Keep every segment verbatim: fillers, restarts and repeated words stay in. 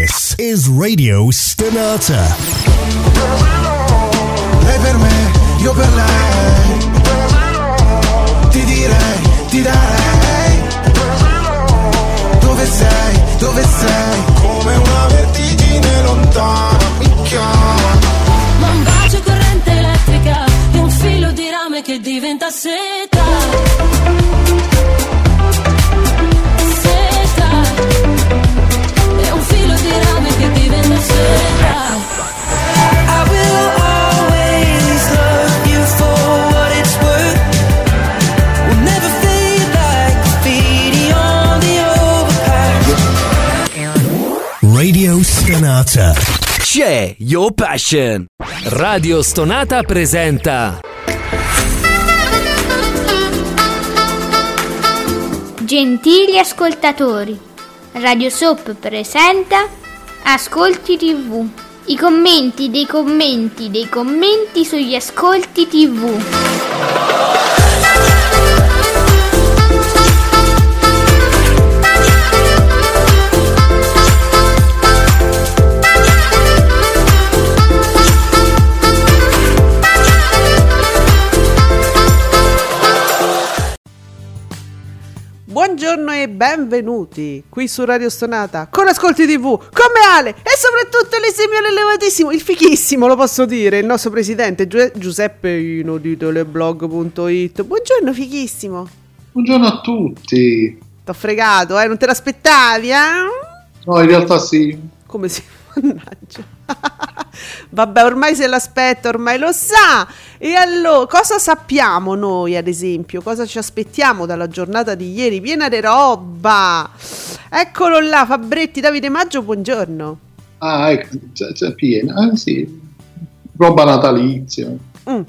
This is Radio Stonata. Lei per me, io per lei. Ti direi, ti darei. Dove sei, dove sei? Come una vertigine lontana mi chiama. Ma un bacio corrente elettrica e un filo di rame che diventa seta. Seta. E un filo di rame che diventa seta. I will always love you for what it's worth. We'll never fade like graffiti on the overpass. Radio Stonata. C'è Your Passion. Radio Stonata presenta Gentili ascoltatori, Radio Soap presenta Ascolti tivù. I commenti dei commenti dei commenti sugli ascolti tivù. Buongiorno e benvenuti qui su Radio Stonata con Ascolti tivù con me Ale e soprattutto l'esimio, l'elevatissimo, il fichissimo, lo posso dire, il nostro presidente Giu- Giuseppe Ino di teleblog punto it. Buongiorno fichissimo. Buongiorno a tutti. T'ho fregato, eh? Non te l'aspettavi, eh? No, in realtà sì. Come si... Mannaggia. Vabbè, ormai se l'aspetta, ormai lo sa. E allora, cosa sappiamo noi, ad esempio? Cosa ci aspettiamo dalla giornata di ieri? Piena di roba. Eccolo là, Fabretti, Davide Maggio, buongiorno. Ah, ecco, c'è, c'è piena. Ah, sì. Roba natalizia. Mm.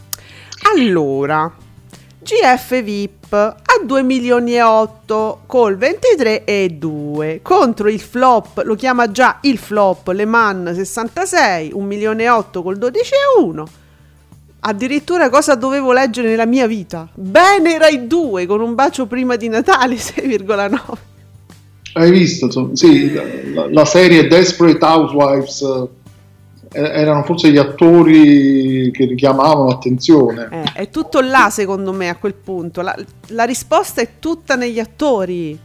Allora, G F V I P a due milioni e otto col ventitré e due contro il flop, lo chiama già il flop, Le Mans sessantasei, un milione e otto col dodici e uno. Addirittura cosa dovevo leggere nella mia vita? Bene Rai due con Un bacio prima di Natale, sei virgola nove. Hai visto? Insomma, sì, la, la serie Desperate Housewives eh, erano forse gli attori che richiamavano attenzione. Eh, è tutto là secondo me a quel punto. La, la risposta è tutta negli attori.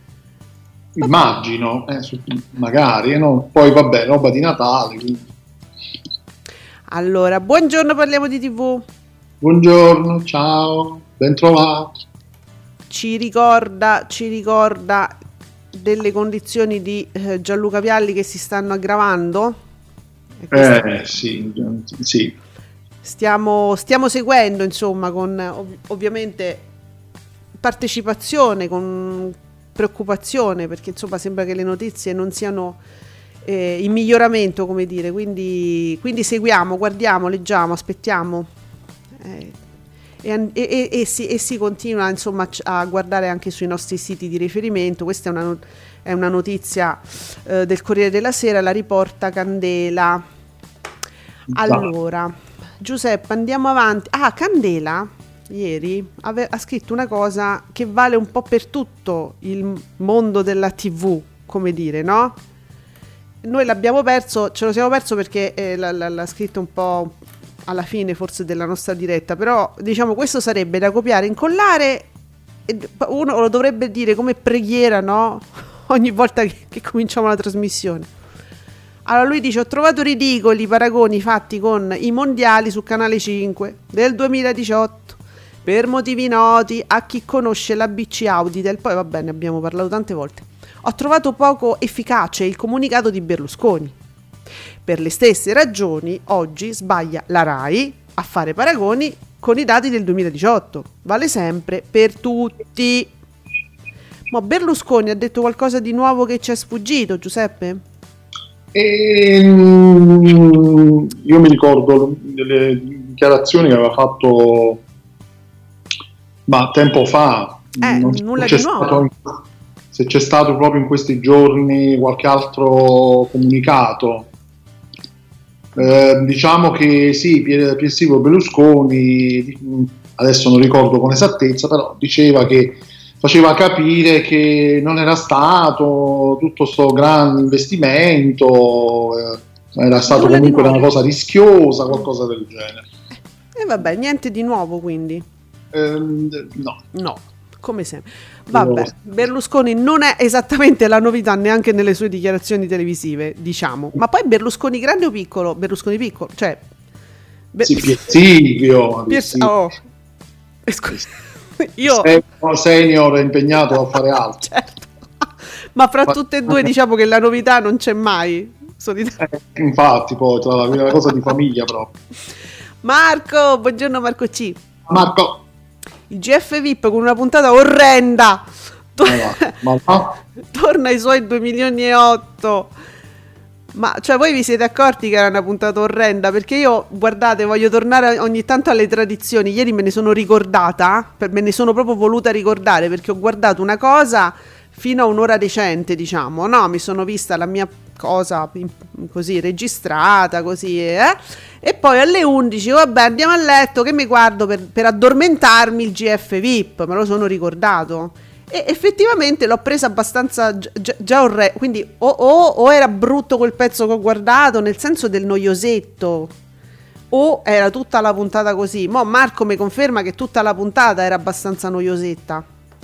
Immagino, eh, su, magari, eh, no? Poi vabbè, roba di Natale. Quindi. Allora, buongiorno, parliamo di tivù. Buongiorno, ciao, ben trovato. Ci ricorda, ci ricorda delle condizioni di eh, Gianluca Vialli che si stanno aggravando? Eh sì, sì. Stiamo, stiamo seguendo, insomma, con ov- ovviamente partecipazione, con preoccupazione, perché insomma sembra che le notizie non siano eh, in miglioramento, come dire, quindi, quindi seguiamo, guardiamo, leggiamo, aspettiamo eh, e, e, e, si, e si continua insomma a guardare anche sui nostri siti di riferimento. Questa è una, è una notizia eh, del Corriere della Sera, la riporta Candela. Allora, Giuseppe, andiamo avanti. Ah, Candela ieri ave- ha scritto una cosa che vale un po' per tutto il mondo della tivù, come dire, no? Noi l'abbiamo perso, ce lo siamo perso perché eh, l'ha, l'ha, l'ha scritto un po' alla fine forse della nostra diretta, però diciamo questo sarebbe da copiare, incollare, e uno lo dovrebbe dire come preghiera, no? Ogni volta che, che cominciamo la trasmissione. Allora lui dice: ho trovato ridicoli i paragoni fatti con i mondiali su Canale cinque del duemiladiciotto per motivi noti a chi conosce l'A B C Auditel. Poi va bene, abbiamo parlato tante volte. Ho trovato poco efficace il comunicato di Berlusconi. Per le stesse ragioni oggi sbaglia la Rai a fare paragoni con i dati del duemiladiciotto. Vale sempre per tutti. Ma Berlusconi ha detto qualcosa di nuovo che ci è sfuggito, Giuseppe? E, io mi ricordo delle dichiarazioni che aveva fatto ma tempo fa, eh, non nulla c'è di nuovo. Stato, se c'è stato proprio in questi giorni qualche altro comunicato. Eh, diciamo che sì, Pier Silvio Berlusconi, adesso non ricordo con esattezza, però diceva che faceva capire che non era stato tutto sto grande investimento, eh, era stato Nulla di comunque nuovo. una cosa rischiosa, qualcosa del genere. E vabbè, niente di nuovo quindi. Ehm, no. No, come sempre. Vabbè, Berlusconi non è esattamente la novità neanche nelle sue dichiarazioni televisive, diciamo. Ma poi Berlusconi grande o piccolo? Berlusconi piccolo, cioè... Be- Sì, Pier Silvio, Pier- Silvio. oh. Eh, scusa. Io... Senior, senior è impegnato a fare altro. Certo. Ma fra tutte e due diciamo che la novità non c'è mai. solitamente. Eh, infatti, poi tra la, una cosa di famiglia proprio. Marco, buongiorno Marco C. Marco, Il G F V I P con una puntata orrenda. To- ma va, ma va. torna ai suoi due milioni e otto. Ma cioè voi vi siete accorti che era una puntata orrenda? Perché io, guardate, voglio tornare ogni tanto alle tradizioni. Ieri me ne sono ricordata, per, me ne sono proprio voluta ricordare, perché ho guardato una cosa fino a un'ora decente, diciamo, no? Mi sono vista la mia cosa in- così registrata, così, eh? E poi alle undici, vabbè, andiamo a letto, che mi guardo per, per addormentarmi il G F V I P, me lo sono ricordato. E effettivamente l'ho presa abbastanza gi- gi- già orre, quindi o, o, o era brutto quel pezzo che ho guardato, nel senso del noiosetto, o era tutta la puntata così. Mo' Marco mi conferma che tutta la puntata era abbastanza noiosetta.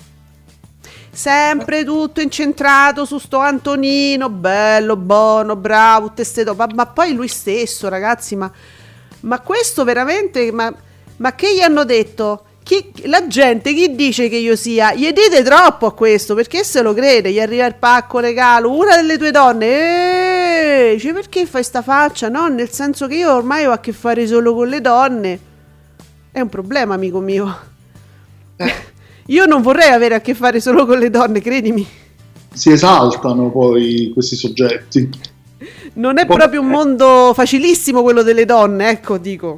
Sempre tutto incentrato su sto Antonino, bello, buono, bravo, tutte ste do- ma, ma poi lui stesso, ragazzi, ma, ma questo veramente, ma, ma che gli hanno detto? Chi, la gente, chi dice che io sia? Gli dite troppo a questo, perché se lo crede, gli arriva il pacco regalo, una delle tue donne, eeeh, dice, perché fai sta faccia? No, nel senso che io ormai ho a che fare solo con le donne. È un problema, amico mio. Io non vorrei avere a che fare solo con le donne, credimi. Si esaltano poi questi soggetti. Non è proprio un mondo facilissimo quello delle donne, ecco, dico.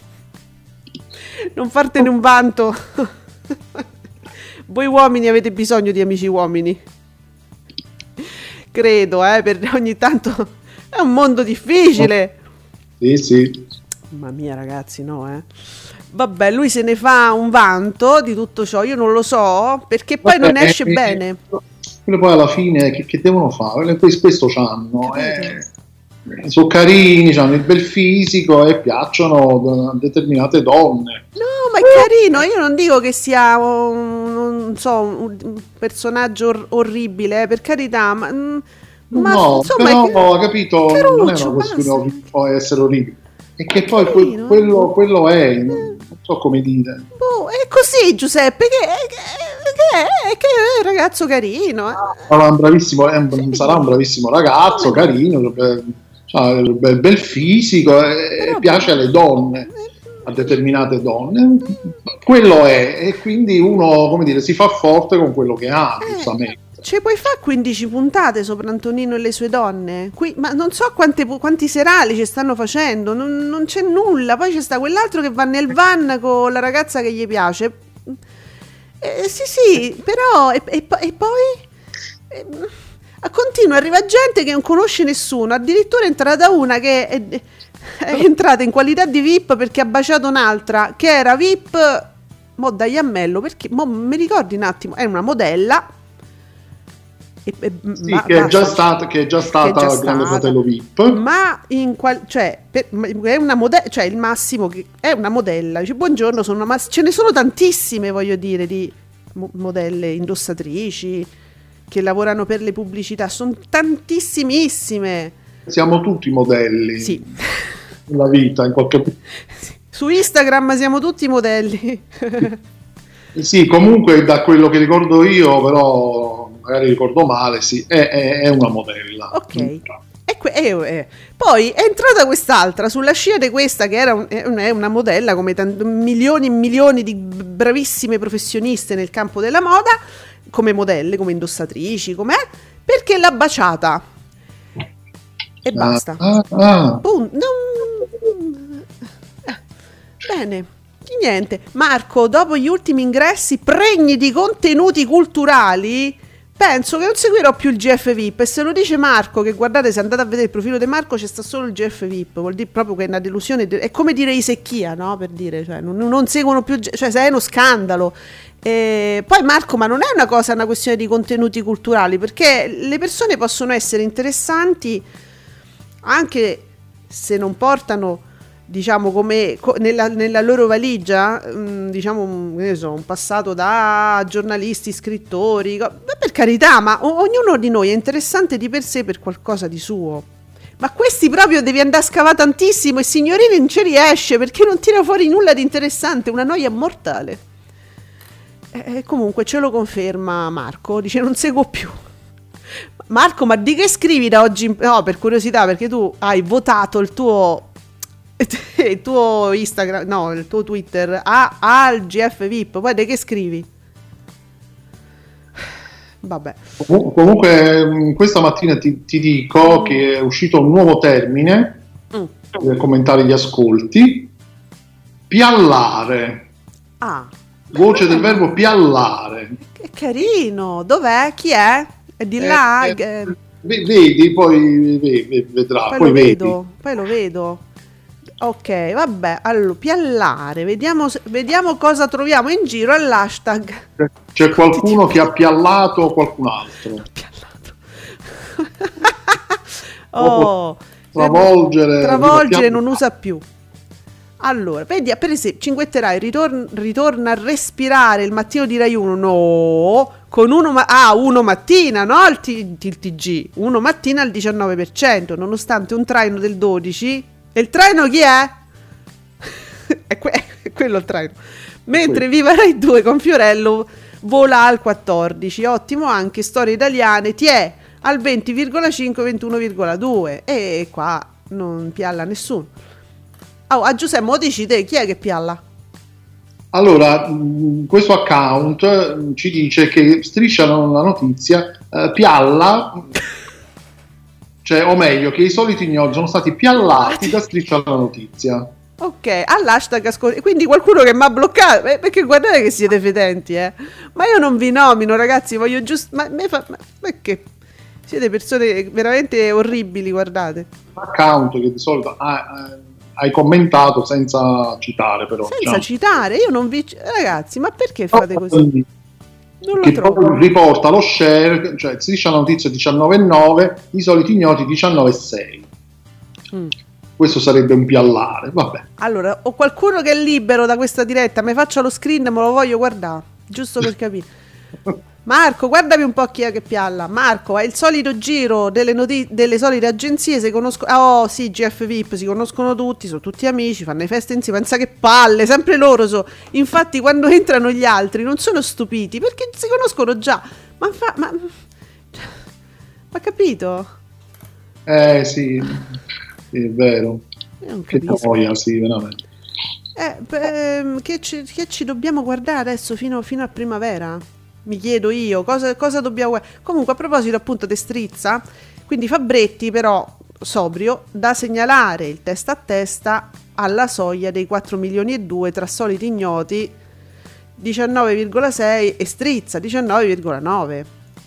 Non fartene un vanto. Voi uomini avete bisogno di amici uomini. Credo, eh, per ogni tanto è un mondo difficile. Sì, sì. Mamma mia, ragazzi, no, eh. Vabbè, lui se ne fa un vanto di tutto ciò, io non lo so, perché poi non Vabbè, esce eh, bene. Quello poi alla fine che, che devono fare? Questo, questo c'hanno, eh, sono carini, hanno il bel fisico e piacciono a determinate donne. No, ma è carino, io non dico che sia un, non so, un personaggio or- orribile, eh, per carità, ma, mm, ma no, insomma, però è che- ho capito, non è caruccio, una questione basta. di poi essere orribile, è che poi que- carino, quello, eh. quello è, non so come dire. Boh, è così, Giuseppe, che, che, che, è, che è un ragazzo carino, eh. Sarà un bravissimo, è un- sarà un bravissimo ragazzo, carino, bel, ha il bel, bel fisico e Però- piace alle donne, a determinate donne, quello è, e quindi uno, come dire, si fa forte con quello che ha, Eh, giustamente. Ci puoi fare quindici puntate sopra Antonino e le sue donne? Qui, ma non so quante, pu- quanti serali ci stanno facendo, non, non c'è nulla. Poi c'è sta quell'altro che va nel van con la ragazza che gli piace. Eh, sì, sì, però. E, e po- e poi. eh, a continuo arriva gente che non conosce nessuno. Addirittura è entrata una che è, è entrata in qualità di V I P perché ha baciato un'altra che era V I P. Mo dai a mello, perché mo mi ricordi un attimo, è una modella. E, e, Sì, ma- che, è già basta. stata, che è già stata Che è già il Grande stata. Fratello V I P. Ma in qual, cioè, per- ma- è una modella, cioè il massimo che è una modella. Dice buongiorno, sono una mass- ce ne sono tantissime, voglio dire, di mo- modelle indossatrici che lavorano per le pubblicità, sono tantissimissime. Siamo tutti modelli Sì. nella vita, in qualche Su Instagram siamo tutti modelli. Sì, comunque da quello che ricordo io, però magari ricordo male, sì, è, è- è una modella. Ok. E que- eh, eh. Poi è entrata quest'altra sulla scia di questa che era un- è un- è una modella come tant- milioni e milioni di b- bravissime professioniste nel campo della moda, come modelle, come indossatrici, com'è, perché l'ha baciata. E basta. Ah, ah, Pun- non- eh, Bene. Niente. Marco, dopo gli ultimi ingressi pregni di contenuti culturali, penso che non seguirò più il G F V I P, e se lo dice Marco, che guardate, se andate a vedere il profilo di Marco c'è sta solo il G F V I P, vuol dire proprio che è una delusione, è come dire i secchia, no? Per dire, cioè non, non seguono più, cioè se è uno scandalo. E poi Marco, ma non è una cosa, una questione di contenuti culturali, perché le persone possono essere interessanti anche se non portano, diciamo, come co- nella, nella loro valigia, mh, diciamo, un, che ne so, un passato da giornalisti, scrittori, co- per carità, ma o- ognuno di noi è interessante di per sé per qualcosa di suo. Ma questi proprio devi andare a scavare tantissimo, e Signorini non ci riesce perché non tira fuori nulla di interessante, una noia mortale. E comunque ce lo conferma Marco, dice non seguo più. Marco, ma di che scrivi da oggi in... No, per curiosità, perché tu hai votato il tuo il tuo Instagram, no, il tuo Twitter a, al G F V I P, poi di che scrivi? Vabbè. Comunque questa mattina ti, ti dico mm. che è uscito un nuovo termine mm. per commentare gli ascolti: piallare. Ah. Voce del verbo piallare. Che carino, dov'è? Chi è? È di eh, là? Eh, eh. Vedi, poi vedi, vedrà. Poi, poi lo vedi. vedo, poi lo vedo. Ok, vabbè, allora, piallare, vediamo, vediamo cosa troviamo in giro all'hashtag. C'è qualcuno che ha piallato qualcun altro. Oh, travolgere. Travolgere non usa più. Allora, vedi, per esempio, Cinguetterai ritorn- ritorna a respirare il mattino di Rai uno, no, con uno, ma- ah, uno mattina, no, il, T- il T G, uno mattina al diciannove per cento, nonostante un traino del dodici, e il traino chi è? è, que- è quello il traino. Mentre Viva Rai due con Fiorello vola al quattordici, ottimo anche Storie Italiane, ti è al venti virgola cinque ventuno virgola due, e qua non pialla nessuno. Oh, a Giuseppe, mo dici te, chi è che pialla? Allora, mh, questo account mh, ci dice che Striscia la notizia eh, pialla, cioè, o meglio, che i soliti ignoti sono stati piallati da Striscia la notizia. Ok, all'hashtag ascolti. Quindi qualcuno che mi ha bloccato, eh, perché guardate che siete fedenti, eh. Ma io non vi nomino, ragazzi, voglio giusto... Ma me fa... Ma perché? Siete persone veramente orribili, guardate. Account che di solito... Ah, eh, hai commentato senza citare, però senza diciamo. citare, io non vi, ragazzi, ma perché fate così? Non lo che trovo. Riporta lo share, cioè si dice la notizia diciannove virgola nove, i soliti ignoti diciannove virgola sei. Mm. Questo sarebbe un piallare, vabbè. Allora, ho qualcuno che è libero da questa diretta, mi faccia lo screen, me lo voglio guardare, giusto per capire. Marco, guardami un po' chi è che pialla. Marco, è il solito giro delle, noti- delle solite agenzie, si conoscono. Oh sì, G F V I P, si conoscono tutti, sono tutti amici, fanno le feste insieme. Pensa che palle, sempre loro so. Infatti quando entrano gli altri non sono stupiti, perché si conoscono già. Ma fa... Ma, ma capito? Eh sì, sì, è vero. Che noia, sì, veramente. Eh, beh, che, ci, che ci dobbiamo guardare adesso fino, fino a primavera? Mi chiedo io, cosa, cosa dobbiamo guardare? Comunque, a proposito appunto di Strizza, quindi Fabretti però sobrio, da segnalare il testa a testa alla soglia dei quattro milioni e due tra soliti ignoti diciannove virgola sei e Strizza diciannove virgola nove.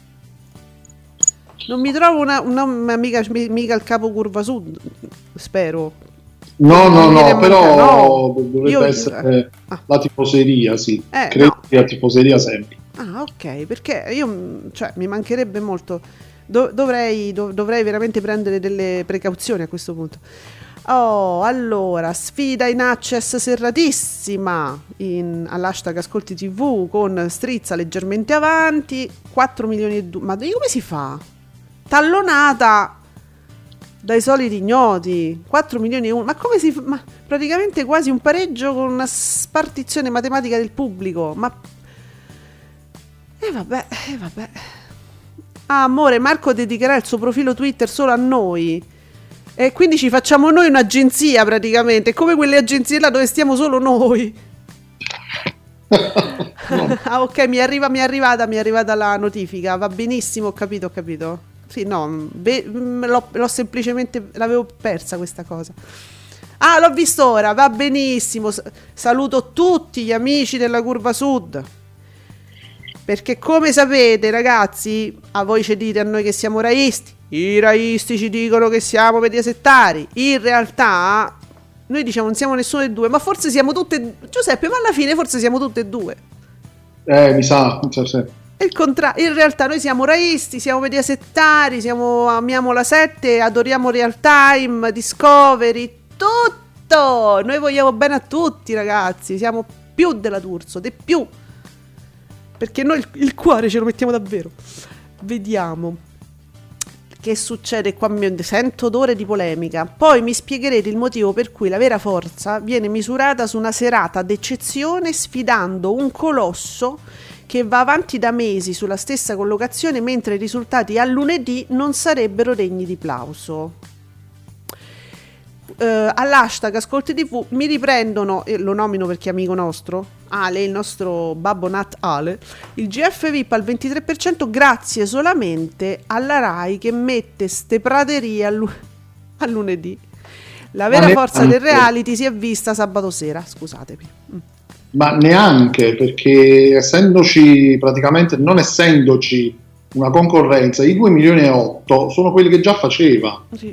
Non mi trovo una, una, una mica, mica il capo curva sud, spero. No, no, no, però no. dovrebbe Io, essere ah. la tifoseria, sì. Eh, Credo no. che la tifoseria sempre. Ah, ok, perché io, cioè, mi mancherebbe molto. Do- dovrei, do- dovrei veramente prendere delle precauzioni a questo punto. Oh, allora, sfida in access serratissima in, all'hashtag Ascolti tivù con Strizza leggermente avanti, quattro milioni e due. Ma come si fa? Tallonata dai soliti ignoti, quattro milioni e uno. Ma come si fa? Ma praticamente quasi un pareggio con una spartizione matematica del pubblico. Ma E eh vabbè, e eh vabbè. Ah, amore, Marco dedicherà il suo profilo Twitter solo a noi. E quindi ci facciamo noi un'agenzia praticamente, come quelle agenzie là dove stiamo solo noi. Ah, ok, mi arriva, mi è arrivata, mi è arrivata la notifica. Va benissimo, ho capito, ho capito. Sì, no, be- l'ho, l'ho semplicemente, l'avevo persa questa cosa. Ah, l'ho visto ora, va benissimo. S- saluto tutti gli amici della Curva Sud. Perché come sapete, ragazzi, a voi ci dite a noi che siamo raisti, i raisti ci dicono che siamo mediasettari. In realtà noi diciamo non siamo nessuno dei due, ma forse siamo tutte, Giuseppe, ma alla fine forse siamo tutte e due. Eh, mi sa, mi sa sì. Il contra- in realtà noi siamo raisti, siamo mediasettari, siamo, amiamo la sette, adoriamo Real Time, Discovery, tutto. Noi vogliamo bene a tutti, ragazzi, siamo più della D'Urso, di più. Perché noi il, il cuore ce lo mettiamo davvero. Vediamo che succede qua. Mi sento odore di polemica. Poi mi spiegherete il motivo per cui la vera forza viene misurata su una serata d'eccezione, sfidando un colosso che va avanti da mesi sulla stessa collocazione, mentre i risultati a lunedì non sarebbero degni di plauso. Uh, all'hashtag Ascolti tivù mi riprendono, e lo nomino perché è amico nostro, Ale, il nostro babbo Nat Ale, il G F V I P al ventitré per cento grazie solamente alla Rai che mette ste praterie a, lu- a lunedì. La vera forza del reality si è vista sabato sera, scusatemi. Mm. Ma neanche, perché essendoci praticamente, non essendoci una concorrenza, i due milioni e otto sono quelli che già faceva. Sì.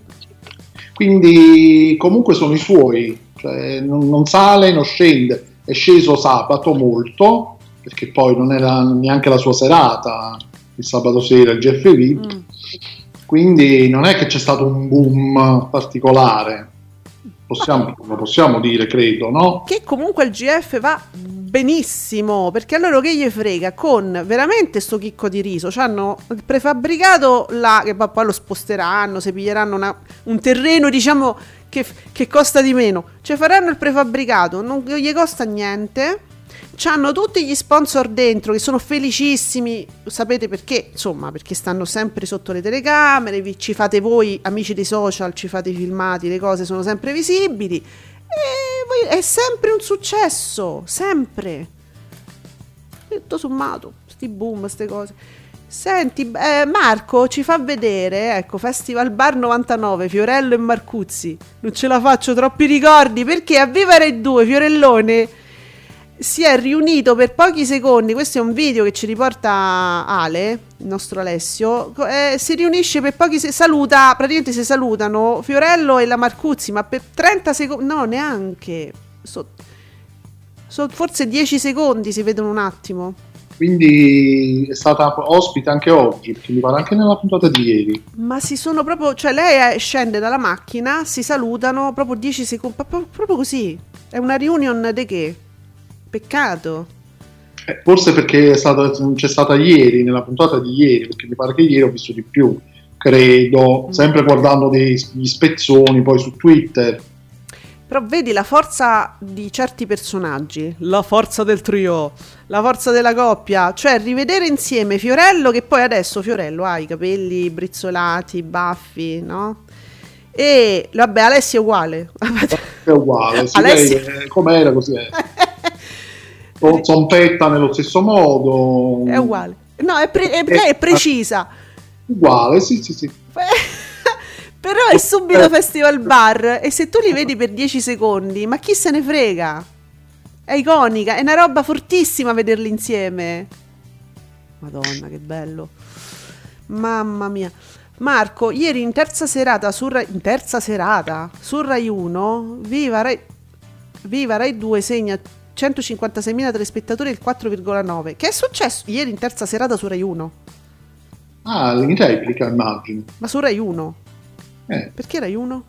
Quindi comunque sono i suoi, cioè, non, non sale, non scende. È sceso sabato molto, perché poi non era neanche la sua serata il sabato sera il G F V I P, mm. quindi non è che c'è stato un boom particolare, possiamo, lo possiamo dire, credo, no? Che comunque il G F va benissimo, perché a loro che gli frega, con veramente sto chicco di riso, c'hanno il prefabbricato là, che poi lo sposteranno, se piglieranno una, un terreno diciamo che, che costa di meno, cioè faranno il prefabbricato, non gli costa niente, c'hanno tutti gli sponsor dentro che sono felicissimi, sapete perché? Insomma, perché stanno sempre sotto le telecamere, vi, ci fate voi amici dei social, ci fate i filmati, le cose sono sempre visibili. E è sempre un successo, sempre. Tutto sommato, sti boom, ste cose. Senti, eh, Marco ci fa vedere, ecco, Festival Bar novantanove, Fiorello e Marcuzzi. Non ce la faccio, troppi ricordi, perché a Viva Rai due Fiorellone si è riunito per pochi secondi, questo è un video che ci riporta Ale, il nostro Alessio, eh, si riunisce per pochi secondi, saluta, praticamente si salutano Fiorello e la Marcuzzi, ma per trenta secondi, no neanche, so, so, forse dieci secondi si vedono un attimo. Quindi è stata ospite anche oggi, perché mi pare anche nella puntata di ieri. Ma si sono proprio, cioè lei scende dalla macchina, si salutano proprio dieci secondi, proprio, proprio così, è una reunion di che? Peccato. Eh, forse perché è stata, c'è stata ieri, nella puntata di ieri, perché mi pare che ieri ho visto di più, credo, mm. sempre guardando degli spezzoni poi su Twitter. Però vedi la forza di certi personaggi, la forza del trio, la forza della coppia, cioè rivedere insieme Fiorello, che poi adesso Fiorello ha i capelli brizzolati, baffi, no? E vabbè, Alessia è uguale. È uguale, sì, Alessia... lei, com'era così è. Zompetta nello stesso modo, è uguale, no, è, pre- è, è precisa, uguale, sì sì sì. Però è subito Festival Bar, e se tu li vedi per dieci secondi, ma chi se ne frega, è iconica, è una roba fortissima vederli insieme. Madonna che bello, mamma mia. Marco, ieri in terza serata su Rai, in terza serata su Rai uno, Viva Rai, Viva Rai due segna centocinquantaseimila telespettatori, il quattro virgola nove. Che è successo ieri in terza serata su Rai uno? Ah, in replica immagino. Ma su Rai uno? Eh. Perché Rai uno?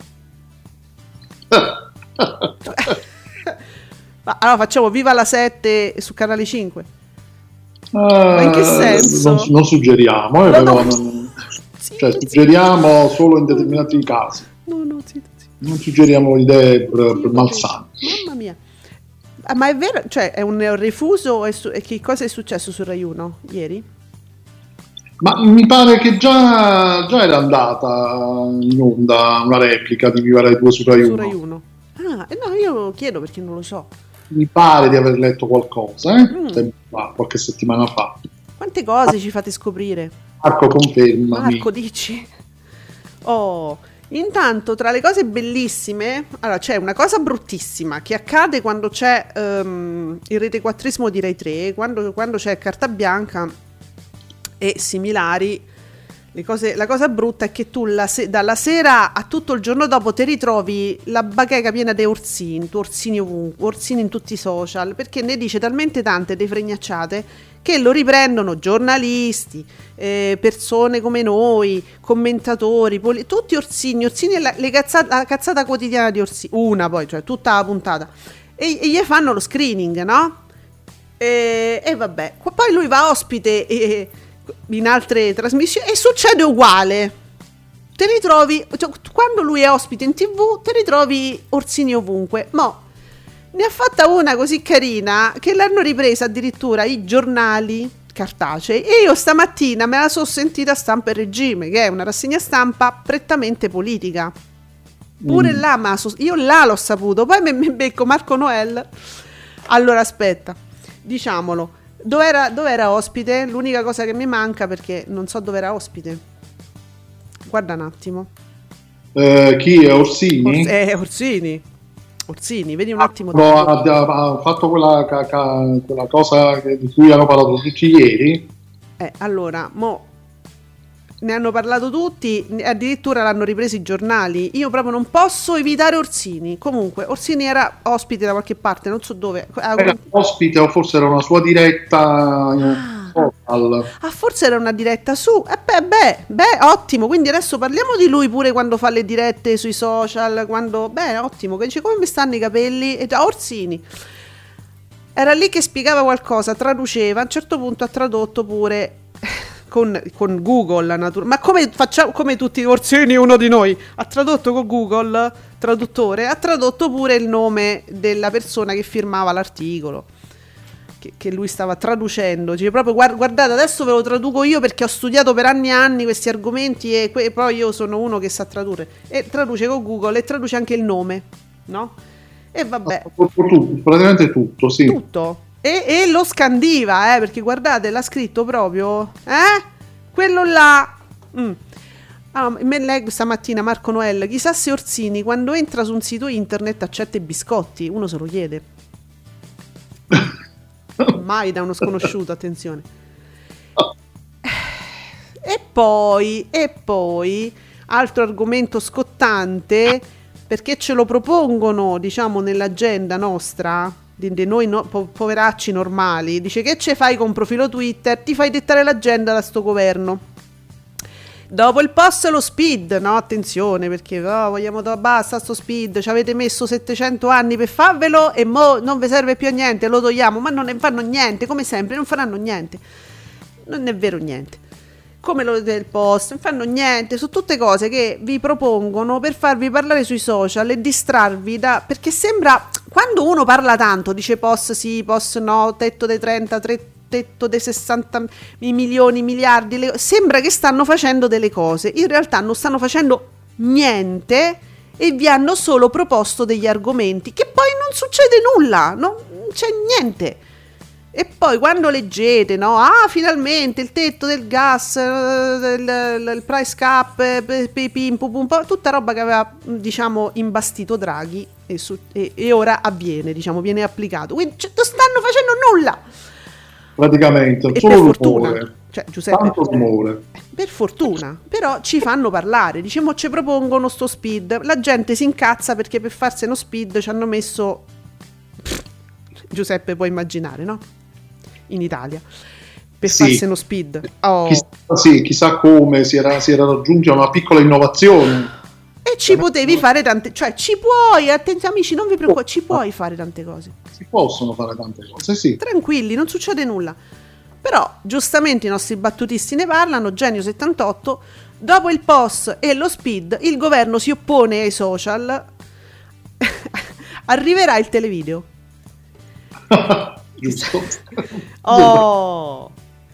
Ma allora facciamo Viva la sette su Canale cinque. Uh, Ma in che senso? Non, non suggeriamo, eh, no, però no. non, Sì, cioè sì. suggeriamo solo in determinati casi. No, no, sì, sì. Non suggeriamo idee per, Sì, per malsane. Mamma mia. Ah, ma è vero, cioè è un, è un refuso? È su- e che cosa è successo su Rai uno ieri? Ma mi pare che già, già era andata in onda una replica di Viva Rai due su Rai uno. Su Rai uno. Ah, eh no, io lo chiedo perché non lo so. Mi pare di aver letto qualcosa, eh? Mm. Tempo fa, qualche settimana fa. Quante cose ci fate scoprire? Marco, conferma. Marco, dici? Oh, Intanto, tra le cose bellissime, allora c'è una cosa bruttissima che accade quando c'è um, il retequattrismo di Rai tre, quando, quando c'è Carta Bianca e similari. Le cose, la cosa brutta è che tu la se, dalla sera a tutto il giorno dopo ti ritrovi la bacheca piena di orsini, tu orsini ovunque, orsini in tutti i social, perché ne dice talmente tante di fregnacciate che lo riprendono giornalisti, eh, persone come noi, commentatori, poli- tutti orsini, orsini e la, le cazzata, la cazzata quotidiana di Orsini, una poi, cioè tutta la puntata, e, e gli fanno lo screening, no? E, e vabbè, poi lui va ospite e... in altre trasmissioni e succede uguale, te ritrovi, cioè, quando lui è ospite in tv te ritrovi Orsini ovunque. Mo ne ha fatta una così carina che l'hanno ripresa addirittura i giornali cartacei e io stamattina me la sono sentita Stampa e Regime, che è una rassegna stampa prettamente politica, pure mm. là ma so, io là l'ho saputo, poi mi becco Marco Noel. Allora aspetta, diciamolo, Dov'era, dov'era ospite? L'unica cosa che mi manca, perché non so dove era ospite. Guarda un attimo. Eh, chi è Orsini? Ors- eh, Orsini. Orsini, vedi un attimo. No, ha, ha fatto quella, ca, ca, quella cosa di cui hanno parlato tutti ieri. Eh, allora, mo ne hanno parlato tutti, addirittura l'hanno ripreso i giornali. Io proprio non posso evitare Orsini. Comunque, Orsini era ospite da qualche parte, non so dove. Era ospite o forse era una sua diretta ah. social. Ah, forse era una diretta su. Eh beh, beh, beh, ottimo. Quindi adesso parliamo di lui pure quando fa le dirette sui social, quando beh, ottimo, che dice come mi stanno i capelli e già Orsini. Era lì che spiegava qualcosa, traduceva, a un certo punto ha tradotto pure Con, con Google, natura- ma come facciamo, come tutti i Orsini, uno di noi ha tradotto con Google traduttore, ha tradotto pure il nome della persona che firmava l'articolo che, che lui stava traducendo. Cioè, proprio guard- guardate, adesso ve lo traduco io perché ho studiato per anni e anni questi argomenti e que- poi io sono uno che sa tradurre, e traduce con Google e traduce anche il nome, no? E vabbè, tutto, praticamente tutto, sì. Tutto. E, e lo scandiva, eh, perché guardate, l'ha scritto proprio, eh? Quello là. Mm. Allora, me leggo stamattina Marco Noel, chissà se Orsini quando entra su un sito internet accetta i biscotti, uno se lo chiede. Mai da uno sconosciuto, attenzione. E poi, e poi, altro argomento scottante, perché ce lo propongono, diciamo, nell'agenda nostra, di, di noi no, po- poveracci normali, dice che ce fai con un profilo Twitter, ti fai dettare l'agenda da sto governo. Dopo il post lo speed, no, attenzione, perché oh, vogliamo da basta sto speed, ci avete messo settecento anni per farvelo e mo non vi serve più a niente, lo togliamo, ma non ne fanno niente, come sempre, non faranno niente. Non è vero niente. Come lo del post, non fanno niente, sono tutte cose che vi propongono per farvi parlare sui social e distrarvi da, perché sembra, quando uno parla tanto, dice post sì, post no, tetto dei trenta, tre, tetto dei sessanta milioni, miliardi, le, sembra che stanno facendo delle cose, in realtà non stanno facendo niente e vi hanno solo proposto degli argomenti che poi non succede nulla, non c'è niente. E poi quando leggete, no? Ah, finalmente il tetto del gas, il, il, il price cap, pim, pum, pum, pum, tutta roba che aveva, diciamo, imbastito Draghi e, su, e, e ora avviene, diciamo, viene applicato. Quindi cioè, non stanno facendo nulla. Praticamente, e solo per fortuna, rumore. Cioè, Giuseppe, tanto rumore. Per fortuna, però ci fanno parlare, diciamo, ci propongono sto speed. La gente si incazza perché per farsi uno speed ci hanno messo, Giuseppe puoi immaginare, no? In Italia per sì. farsi uno speed. Oh. Chissà, sì, chissà come si era, si era raggiunta una piccola innovazione. E ci potevi fare tante, cioè ci puoi, attenzione amici, non vi preoccupate, ci puoi fare tante cose. Si possono fare tante cose, sì. Tranquilli, non succede nulla. Però giustamente i nostri battutisti ne parlano, Genio settantotto, dopo il post e lo speed, il governo si oppone ai social, arriverà il televideo. Giusto. Oh,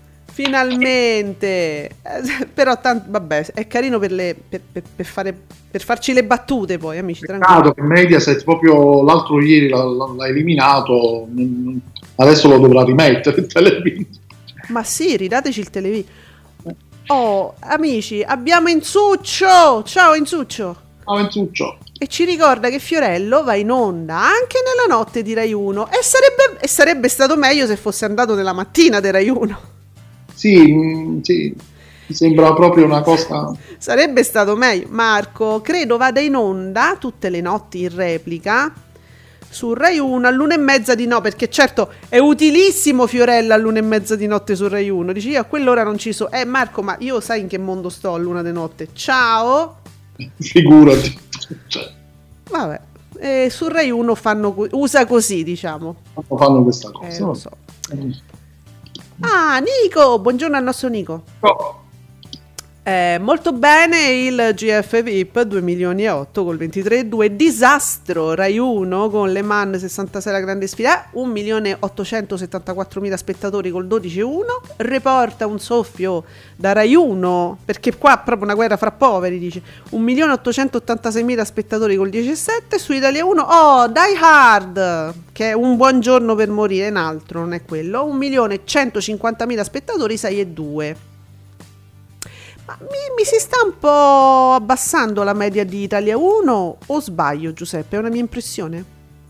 finalmente. Però tanto, vabbè, è carino per, le, per, per, per, fare, per farci le battute poi, amici. Peccato che Mediaset proprio l'altro ieri l'ha, l'ha eliminato, adesso lo dovrà rimettere il televideo. Ma sì, ridateci il televideo. Oh, amici, abbiamo Insuccio. Ciao Insuccio. Aventuccio. E ci ricorda che Fiorello va in onda anche nella notte di Rai uno e sarebbe, e sarebbe stato meglio se fosse andato nella mattina di Rai uno. Sì, mh, sì, mi sembra proprio una cosa... Sarebbe stato meglio. Marco, credo vada in onda tutte le notti in replica su Rai uno all'una e mezza di no, perché certo è utilissimo Fiorella all'una e mezza di notte su Rai uno. Dici, io a quell'ora non ci so. Eh Marco, ma io sai in che mondo sto all'una di notte? Ciao! Figurati. Cioè, Vabbè, eh, su Rai uno fanno co- usa così, diciamo. fanno questa cosa. Eh, lo so. Ah, Nico, buongiorno al nostro Nico. No. Eh, molto bene il G F V I P due milioni e otto col ventitré virgola due, disastro Rai uno con Le Mans sessantasei la grande sfida, un milione ottocentosettantaquattromila spettatori col dodici virgola uno, reporta un soffio da Rai uno, perché qua è proprio una guerra fra poveri, dice, un milione ottocentottantaseimila spettatori col dieci virgola sette, su Italia uno, oh, Die Hard, che è Un buongiorno per morire, un altro, non è quello, un milione centocinquantamila spettatori, sei virgola due. Mi, mi si sta un po' abbassando la media di Italia uno o sbaglio, Giuseppe? È una mia impressione?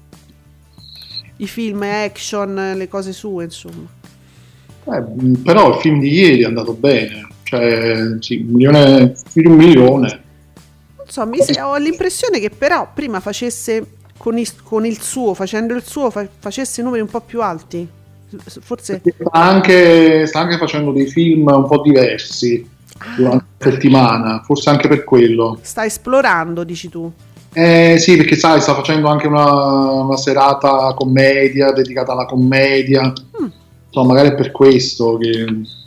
I film action, le cose sue, insomma. Eh, però il film di ieri è andato bene, cioè sì, un milione, più di un milione. Non so, mi, ho l'impressione che però prima facesse con il, con il suo, facendo il suo, fa, facesse numeri un po' più alti. Forse sta anche, sta anche facendo dei film un po' diversi durante la settimana, forse anche per quello. Sta esplorando, dici tu? Eh sì, perché sai, sta facendo anche una, una serata commedia, dedicata alla commedia. Mm. Insomma, magari è per questo che...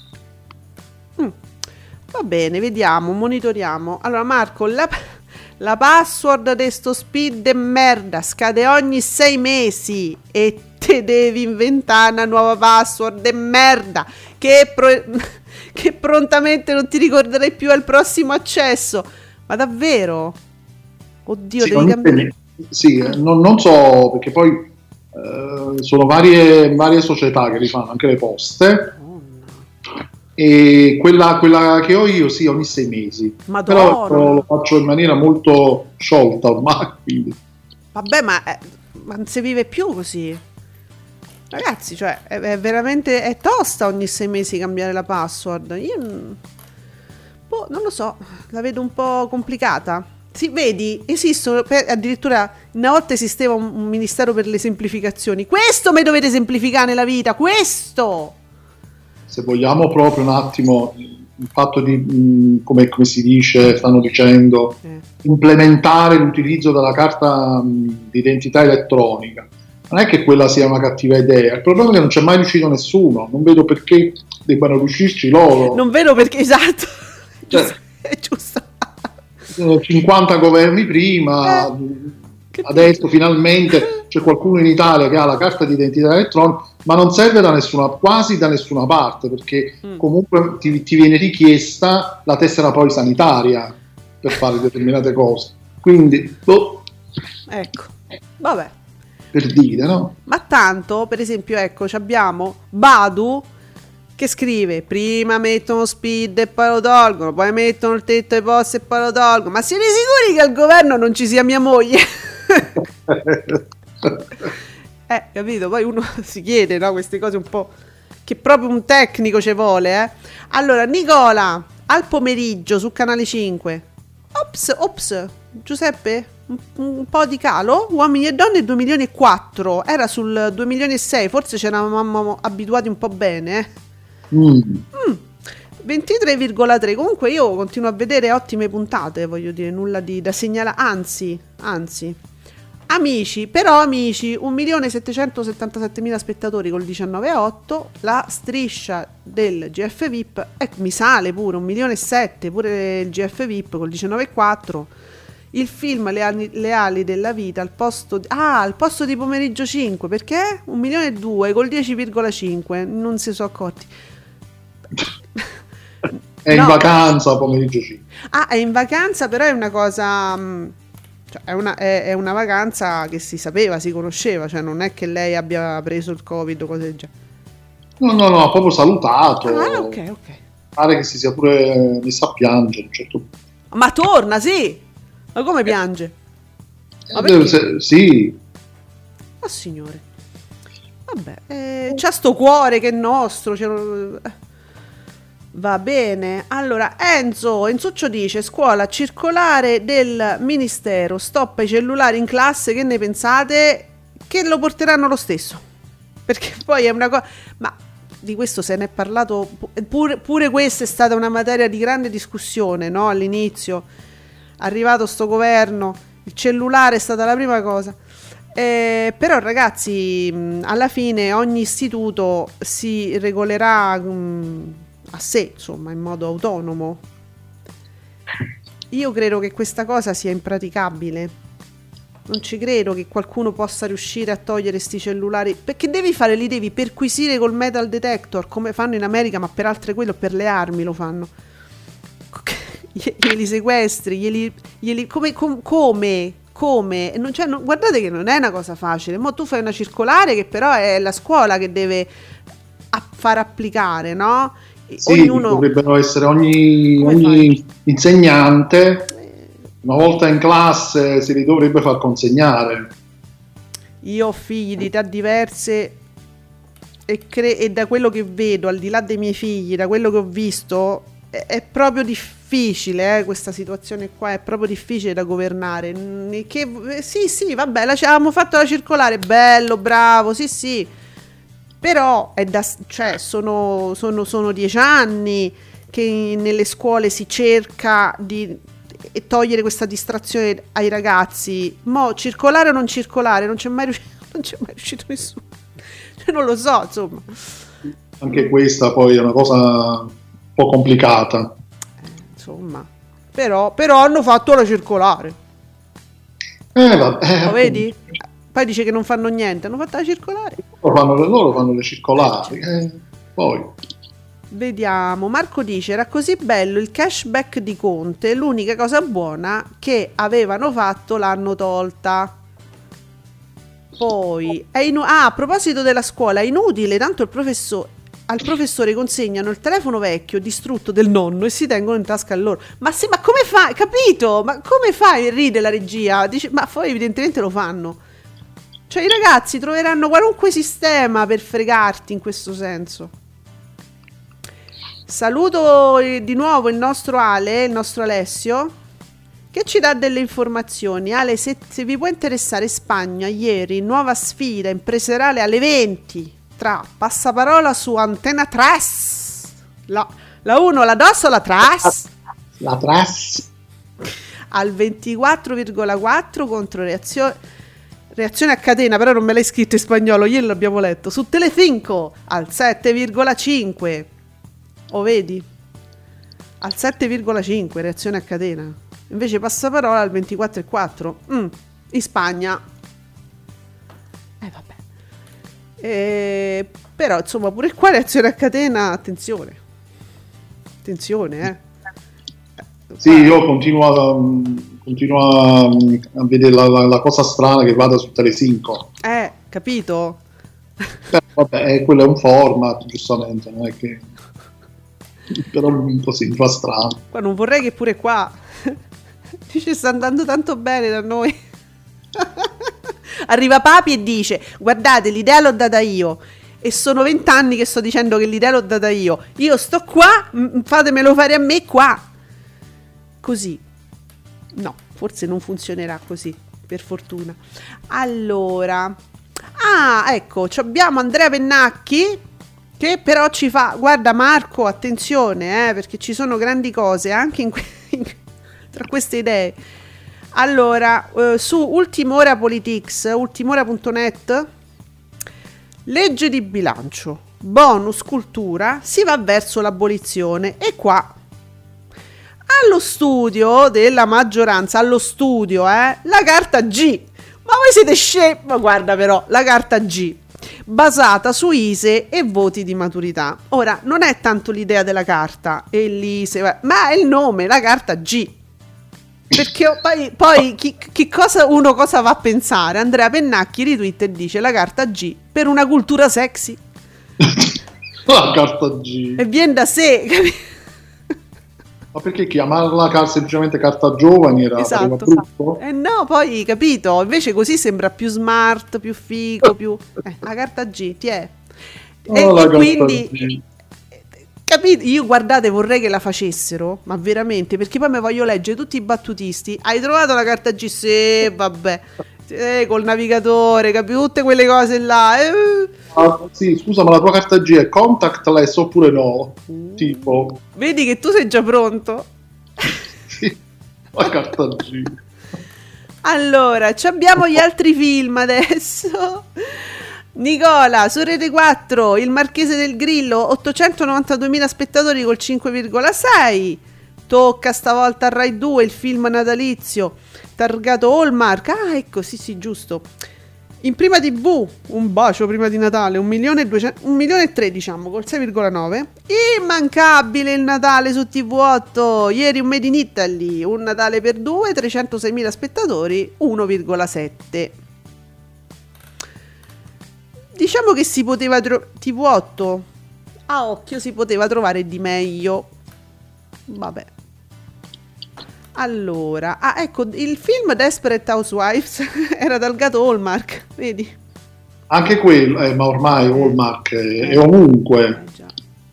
Mm. Va bene, vediamo, monitoriamo. Allora Marco, la, la password di sto speed de merda scade ogni sei mesi e te devi inventare una nuova password de merda che pro... che prontamente non ti ricorderai più al prossimo accesso. Ma davvero? Oddio, sì, devi cambiare. Sì, non, non so, perché poi eh, sono varie, varie società che rifanno anche le poste. Oh, no. E quella, quella che ho io, sì, ogni sei mesi. Madonna. Però lo faccio in maniera molto sciolta ormai. Quindi. Vabbè, ma, eh, ma non si vive più così. Ragazzi, cioè, è, è veramente è tosta ogni sei mesi cambiare la password. Io boh, non lo so, la vedo un po' complicata. Sì, vedi, esistono, per, addirittura una volta esisteva un, un ministero per le semplificazioni. Questo mi dovete semplificare nella vita, questo! Se vogliamo proprio un attimo il fatto di, mh, come, come si dice, stanno dicendo, eh. implementare l'utilizzo della carta mh, d'identità elettronica. Non è che quella sia una cattiva idea, il problema è che non c'è mai riuscito nessuno, non vedo perché debbano riuscirci loro. Non vedo perché, esatto, cioè, è giusto. cinquanta governi prima, eh, adesso finalmente c'è qualcuno in Italia che ha la carta d'identità elettronica, ma non serve da nessuna, quasi da nessuna parte, perché mm. comunque ti, ti viene richiesta la tessera poi sanitaria per fare determinate cose. Quindi, boh. Ecco, vabbè. Per dire, no? Ma tanto, per esempio, ecco, abbiamo Badu che scrive: prima mettono speed e poi lo tolgono, poi mettono il tetto ai posti e poi lo tolgono. Ma siete sicuri che al governo non ci sia mia moglie? eh, capito? Poi uno si chiede, no? Queste cose un po' che proprio un tecnico ci vuole, eh. Allora, Nicola, al pomeriggio su Canale cinque. Ops, ops, Giuseppe? Un, un po' di calo, Uomini e Donne due milioni e quattro, era sul due milioni e sei, forse ci eravamo abituati un po' bene, eh? mm. Mm. ventitré virgola tre. Comunque io continuo a vedere ottime puntate, voglio dire, nulla di da segnalare, anzi, anzi Amici, però Amici, un milione settecentosettantasettemila spettatori col diciannove virgola otto, la striscia del G F V I P eh, mi sale pure, un milione e sette, pure il G F V I P col diciannove virgola quattro. Il film Le ali, Le ali della vita al posto di, ah, al posto di Pomeriggio cinque, perché? un milione e due col dieci virgola cinque, non si sono accorti. È no. in vacanza Pomeriggio cinque. Ah, è in vacanza, però è una cosa, cioè è, una, è, è una vacanza che si sapeva, si conosceva, cioè non è che lei abbia preso il Covid o cose del genere. No, no, no, proprio salutato. Ah, ok, ok. Pare che si sia pure messa a piangere a un certo punto. Ma torna, sì! Ma come piange? Ma Eh, perché? se- sì, Oh signore. Vabbè, eh, c'ha sto cuore che è nostro. c'è- Va bene. Allora, Enzo, Enzuccio dice: scuola circolare del ministero, stop ai cellulari in classe, che ne pensate? Che lo porteranno lo stesso. Perché poi è una cosa... Ma di questo se ne è parlato, pure, pure questa è stata una materia di grande discussione, no? All'inizio, arrivato sto governo, il cellulare è stata la prima cosa. Eh, però ragazzi, mh, alla fine ogni istituto si regolerà mh, a sé, insomma, in modo autonomo. Io credo che questa cosa sia impraticabile. Non ci credo che qualcuno possa riuscire a togliere sti cellulari. Perché devi fare? Li devi perquisire col metal detector, come fanno in America, ma per altre quello, per le armi lo fanno. Glieli sequestri, glieli, glieli come, com, come, come? Non, cioè, non, guardate che non è una cosa facile. Mo tu fai una circolare che però è la scuola che deve a far applicare, no? sì, Ognuno... dovrebbero essere ogni, Come ogni insegnante, una volta in classe, si li dovrebbe far consegnare. Io ho figli di età diverse e, cre- e da quello che vedo, al di là dei miei figli, da quello che ho visto, è, è proprio difficile, eh, questa situazione qua, è proprio difficile da governare. N- Che, eh, sì, sì, vabbè, la, avevamo fatto la circolare, bello, bravo, sì, sì, però è da, cioè, sono, sono, sono dieci anni che nelle scuole si cerca di e togliere questa distrazione ai ragazzi. Mo circolare o non circolare, non c'è mai riuscito, non c'è mai riuscito nessuno. Cioè, non lo so, insomma. Anche questa poi è una cosa un po' complicata. Eh, insomma, però, però hanno fatto la circolare. Eh, vabbè, Lo vedi? Poi dice che non fanno niente, hanno fatto la circolare. loro fanno, le- loro fanno le circolari. eh, poi Vediamo, Marco dice: era così bello il cashback di Conte, l'unica cosa buona che avevano fatto l'hanno tolta. Poi è inu- ah, a proposito della scuola, è inutile, tanto il professore al professore consegnano il telefono vecchio distrutto del nonno e si tengono in tasca a loro. Ma sì, ma come fai? Capito? Ma come fai? Ride la regia, dice, ma poi evidentemente lo fanno. Cioè i ragazzi troveranno qualunque sistema per fregarti in questo senso. Saluto eh, di nuovo il nostro Ale, il nostro Alessio, che ci dà delle informazioni. Ale, se, se vi può interessare, Spagna ieri, nuova sfida impresariale alle venti tra passaparola su Antena tre, la, la uno, la dos o la tre? la tras Al ventiquattro virgola quattro contro reazione, reazione a catena, però non me l'hai scritto in spagnolo, ieri l'abbiamo letto, su Telecinco al sette virgola cinque. O vedi? Al sette virgola cinque, reazione a catena. Invece passaparola al ventiquattro virgola quattro. Mm, in Spagna. Eh vabbè. Eh, però insomma pure qua reazione a catena, attenzione. Attenzione, eh. sì, io continuo a, continuo a, a vedere la, la, la cosa strana che vada su Telecinco. Eh, capito? Eh, vabbè, eh, quello è un format, giustamente, non è che... però così mi fa strano. Qua non vorrei che pure qua dice sta andando tanto bene da noi. Arriva Papi e dice: guardate, l'idea l'ho data io e sono vent'anni che sto dicendo che l'idea l'ho data io, io sto qua, m- fatemelo fare a me qua. Così no, forse non funzionerà così, per fortuna. Allora, ah, ecco, ci abbiamo Andrea Pennacchi che però ci fa, guarda Marco, attenzione, eh, perché ci sono grandi cose anche in que- in, tra queste idee. Allora, eh, su Ultimora Politics, ultimora punto net, legge di bilancio, bonus cultura, si va verso l'abolizione. E qua, allo studio della maggioranza, allo studio, eh, la carta G. Ma voi siete scemi? Ma guarda però, la carta G, basata su I S E e voti di maturità. Ora, non è tanto l'idea della carta e l'I S E, ma è il nome, la carta G. Perché poi, poi chi, chi cosa, uno cosa va a pensare? Andrea Pennacchi ritwitta e dice: la carta G per una cultura sexy. La carta G. E viene da sé, capito? Ma perché chiamarla car- semplicemente carta giovani era Esatto. pareva brutto? Eh no, poi capito, invece così sembra più smart, più figo, più... Eh, la carta G, ti è. E, Oh, la e carta quindi... G. Capito? Io guardate vorrei che la facessero, ma veramente, perché poi mi voglio leggere tutti i battutisti. Hai trovato la carta G? Sì, vabbè. Eh, col navigatore, capi tutte quelle cose là. Eh. Ah, sì, scusa, ma la tua carta G è contactless oppure no? Tipo, Vedi che tu sei già pronto? sì, la carta G. Allora, ci abbiamo gli altri film adesso. Nicola, su Rete quattro, Il Marchese del Grillo, ottocentonovantaduemila spettatori col cinque virgola sei. Tocca stavolta a Rai due il film natalizio targato Hallmark. Ah, ecco, sì, sì, giusto. In prima tivù, Un bacio prima di Natale, un milione e duecento, un milione e tre, diciamo, col sei virgola nove. Immancabile il Natale su T V otto. Ieri un Made in Italy, Un Natale per due, trecentoseimila spettatori, uno virgola sette. Diciamo che si poteva tro- T V otto a occhio si poteva trovare di meglio. Vabbè. Allora, ah, ecco, il film Desperate Housewives era targato Hallmark, vedi? Anche quello, eh, ma ormai Hallmark è, è ovunque. Eh, già.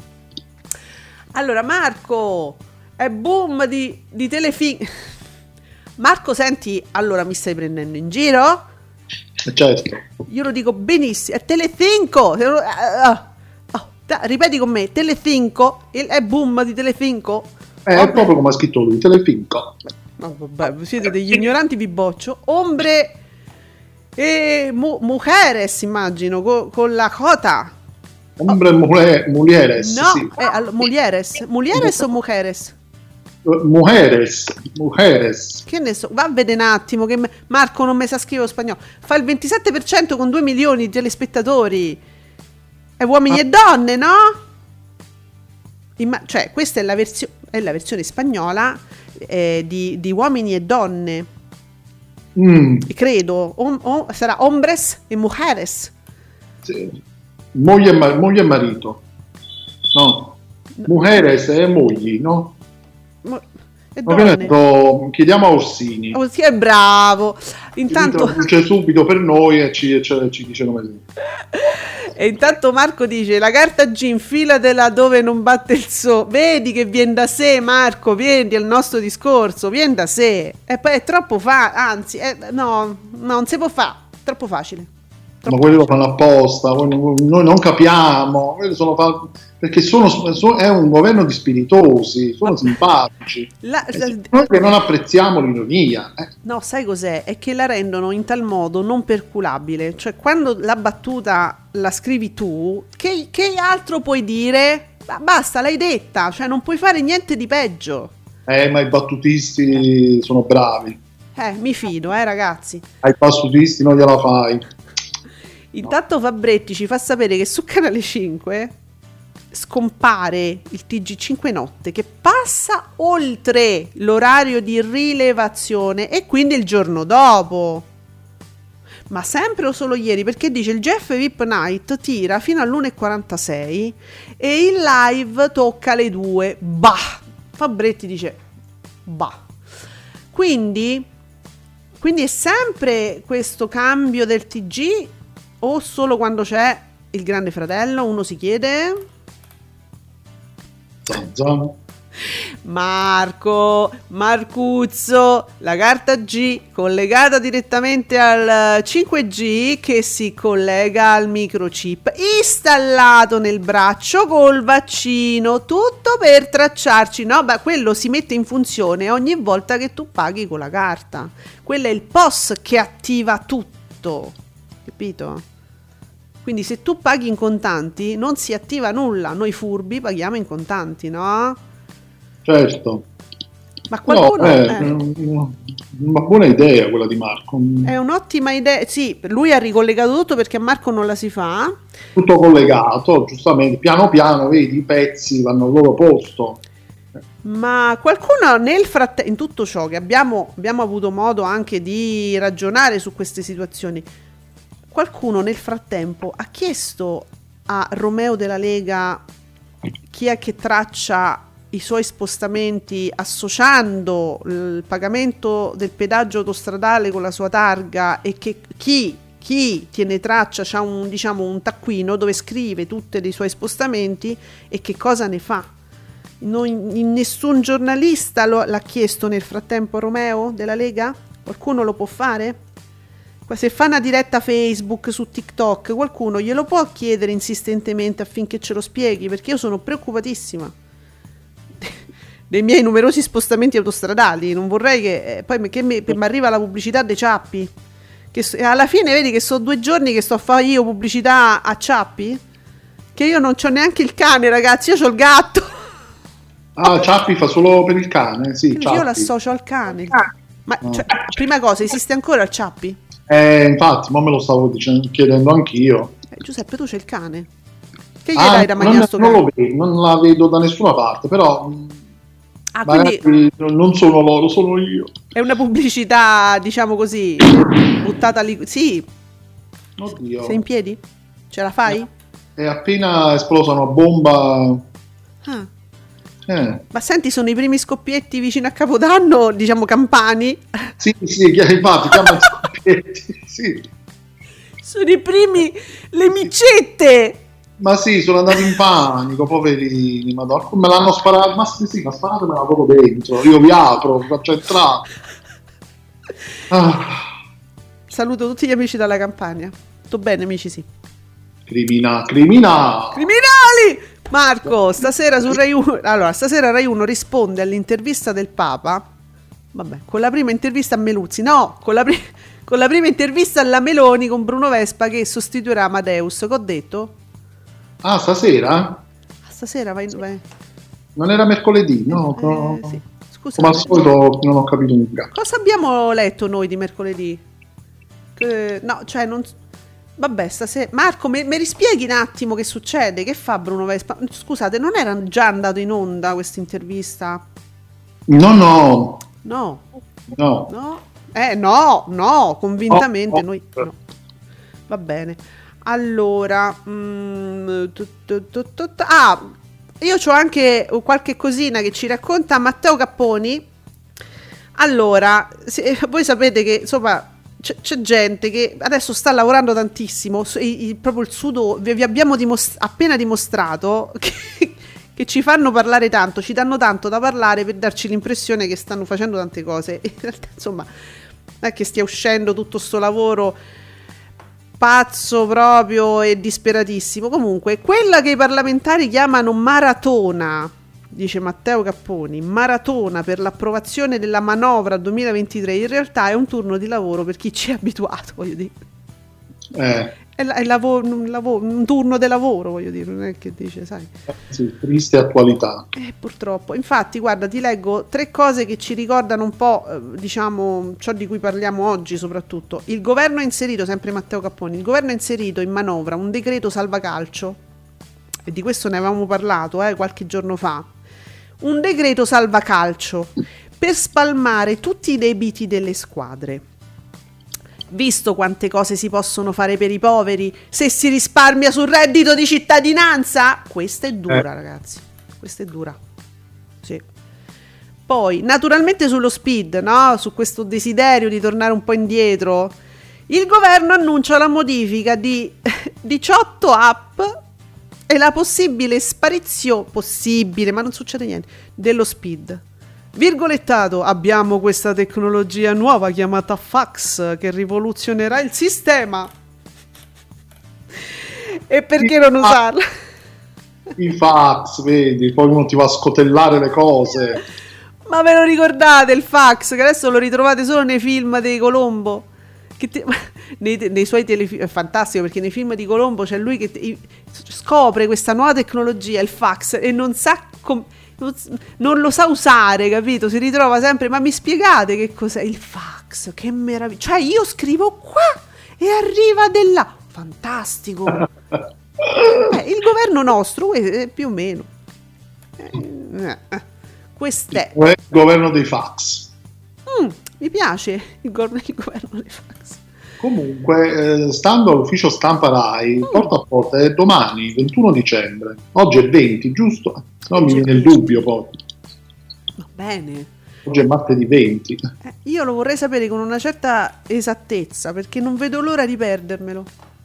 Allora, Marco, è boom di, di telefilm. Marco, senti, allora mi stai prendendo in giro? Certo. Io lo dico benissimo, è Telecinco. Oh, da, ripeti con me, Telecinco, il, è boom di Telecinco. È Vabbè. proprio come ha scritto lui, Telefinco. No, vabbè, siete degli ignoranti, vi boccio. Ombre e mu- mujeres, immagino, co- con la cota. Ombre mule- mulieres, No, sì. eh, all- mulieres. Mulieres o mujeres? Mujeres, mujeres. Che ne so, va a vedere un attimo che me- Marco non mi sa scrivere lo spagnolo. Fa il ventisette per cento con due milioni di telespettatori. E uomini Ah. e donne, no? Imma- cioè, questa è la, versio- è la versione spagnola eh, di, di Uomini e Donne. Mm, Credo. Om- om- sarà Hombres e Mujeres. sì. Moglie e, ma- moglie e marito. No. Mujeres e mogli, no? Mo- e Ma che ne donne. so, chiediamo a Orsini. Oh, sì, è bravo. Ci Intanto... traduce subito per noi e ci, ci, ci dice come si. E intanto Marco dice: la carta G infilatela dove non batte il so. Vedi che viene da sé, Marco, vieni al nostro discorso, viene da sé. E poi è troppo fa, anzi, è, no, no, non si può fare, troppo facile. Ma Troppo quelli lo facile. fanno apposta, noi noi non capiamo, quelli sono fa- perché sono, sono- è un governo di spiritosi, sono simpatici. La- Eh sì, noi che non apprezziamo l'ironia. eh. No, sai cos'è? È che la rendono in tal modo non perculabile. Cioè, quando la battuta la scrivi tu, che, che altro puoi dire? Ba- Basta, l'hai detta, cioè non puoi fare niente di peggio. Eh, ma i battutisti sono bravi. Eh, mi fido, eh, ragazzi. Ai battutisti non gliela fai. Intanto Fabretti ci fa sapere che su Canale cinque scompare il T G cinque notte, che passa oltre l'orario di rilevazione e quindi il giorno dopo. Ma sempre o solo ieri? Perché dice il Jeff V I P Night tira fino all'una e quarantasei e il live tocca alle due. Bah! Fabretti dice bah. Quindi, quindi è sempre questo cambio del T G o solo quando c'è il Grande Fratello? Uno si chiede. Zan zan. Marco, Marcuzzo, la carta G collegata direttamente al cinque G che si collega al microchip installato nel braccio col vaccino, tutto per tracciarci, no? Beh, quello si mette in funzione ogni volta che tu paghi con la carta. Quello è il P O S che attiva tutto, capito? Quindi se tu paghi in contanti non si attiva nulla, noi furbi paghiamo in contanti, no? Certo. Ma qualcuno... No, è eh. una buona idea quella di Marco. È un'ottima idea, sì, lui ha ricollegato tutto perché a Marco non la si fa. Tutto collegato, giustamente, piano piano, vedi, i pezzi vanno al loro posto. Ma qualcuno nel frattempo, in tutto ciò che abbiamo, abbiamo avuto modo anche di ragionare su queste situazioni, qualcuno nel frattempo ha chiesto a Romeo della Lega chi è che traccia i suoi spostamenti associando il pagamento del pedaggio autostradale con la sua targa, e che chi, chi tiene traccia c'ha un, diciamo, un taccuino dove scrive tutti i suoi spostamenti e che cosa ne fa. Non, in nessun giornalista lo, l'ha chiesto nel frattempo Romeo della Lega? Qualcuno lo può fare? Se fa una diretta Facebook su TikTok, qualcuno glielo può chiedere insistentemente affinché ce lo spieghi, perché io sono preoccupatissima dei miei numerosi spostamenti autostradali. Non vorrei che eh, poi che mi arriva la pubblicità dei ciappi, che so, alla fine vedi che sono due giorni che sto a fare io pubblicità a ciappi, che io non c'ho neanche il cane, ragazzi, io c'ho il gatto. Ah, ciappi fa solo per il cane, sì. Io l'associo al cane. Ma no. Cioè, prima cosa, esiste ancora il ciappi? Eh, infatti, ma me lo stavo dicendo, chiedendo anch'io. Eh, Giuseppe, tu c'hai il cane. Che gli ah, dai da mangiare sto non cane? Lo vedo, non la vedo da nessuna parte, però ah, quindi non sono loro, sono io. È una pubblicità, diciamo così, buttata lì. Sì. Oddio. Sei in piedi? Ce la fai? È appena esplosa una bomba. Ah. Eh. Ma senti, sono i primi scoppietti vicino a Capodanno, diciamo campani. Sì, sì, infatti, chiamano scoppietti, sì. Sono i primi, le micette. Ma sì, sono andati in panico, poverini, madonna, me l'hanno sparato, ma sì, sì, ma sparatemela proprio dentro, io vi apro, faccio entrare. Ah. Saluto tutti gli amici dalla Campania. Tutto bene, amici, sì. Crimina, crimina. Criminali! Marco, stasera su Rai uno, allora stasera Rai uno risponde all'intervista del Papa, vabbè, con la prima intervista a Meluzzi, no, con la, pri- con la prima intervista alla Meloni con Bruno Vespa che sostituirà Amadeus, che ho detto? Ah, stasera? Stasera vai, vai. Non era mercoledì, no? Eh, no. Sì. Scusa. Come al solito non ho capito nulla. Cosa abbiamo letto noi di mercoledì? Che, no, cioè non... Vabbè, stasera... Marco, mi rispieghi un attimo che succede? Che fa Bruno Vespa? Scusate, non era già andato in onda questa intervista? No, no. No. No. No? Eh, no, no, convintamente oh, oh. noi... No. Va bene. Allora... Mm, tu, tu, tu, tu, tu, ah, io c'ho anche qualche cosina che ci racconta Matteo Capponi. Allora, se, voi sapete che, insomma... C'è, c'è gente che adesso sta lavorando tantissimo, il, il, proprio il sudo, vi, vi abbiamo dimost- appena dimostrato che, che ci fanno parlare tanto, ci danno tanto da parlare per darci l'impressione che stanno facendo tante cose. In realtà, insomma, non è che stia uscendo tutto sto lavoro pazzo proprio e disperatissimo. Comunque, quella che i parlamentari chiamano maratona, dice Matteo Capponi, maratona per l'approvazione della manovra duemilaventitré, in realtà è un turno di lavoro per chi ci è abituato, voglio dire. Eh. È, è lavoro, un, lavoro, un turno di lavoro, voglio dire, non è che dice, sai. Sì, triste attualità. Eh, purtroppo. Infatti, guarda, ti leggo tre cose che ci ricordano un po', eh, diciamo, ciò di cui parliamo oggi soprattutto. Il governo ha inserito, sempre Matteo Capponi, il governo ha inserito in manovra un decreto salvacalcio, e di questo ne avevamo parlato eh, qualche giorno fa. Un decreto salvacalcio per spalmare tutti i debiti delle squadre. Visto quante cose si possono fare per i poveri se si risparmia sul reddito di cittadinanza? Questa è dura, eh. ragazzi. Questa è dura. Sì. Poi, naturalmente sullo speed, no? Su questo desiderio di tornare un po' indietro, il governo annuncia la modifica di diciotto app e la possibile sparizione, possibile, ma non succede niente, dello speed. Virgolettato, abbiamo questa tecnologia nuova chiamata fax che rivoluzionerà il sistema. E perché non usarla? I fax, vedi, poi uno ti va a scotellare le cose. Ma ve lo ricordate il fax, che adesso lo ritrovate solo nei film dei Colombo? Che te, nei, nei suoi telefilm, è fantastico perché nei film di Colombo c'è lui che te, scopre questa nuova tecnologia, il fax, e non sa com, non, non lo sa usare, capito? Si ritrova sempre, ma mi spiegate che cos'è il fax? Che meraviglia, cioè io scrivo qua e arriva da là, fantastico. Eh, il governo nostro eh, più o meno eh, eh, quest'è il governo dei fax. mm, mi piace il, go- il governo dei fax. Comunque, eh, stando all'ufficio stampa Rai, il porta a porta è domani, ventuno dicembre. Oggi è venti, giusto? Se no mi viene il dubbio poi. Va bene. Oggi è martedì venti. Eh, io lo vorrei sapere con una certa esattezza, perché non vedo l'ora di perdermelo.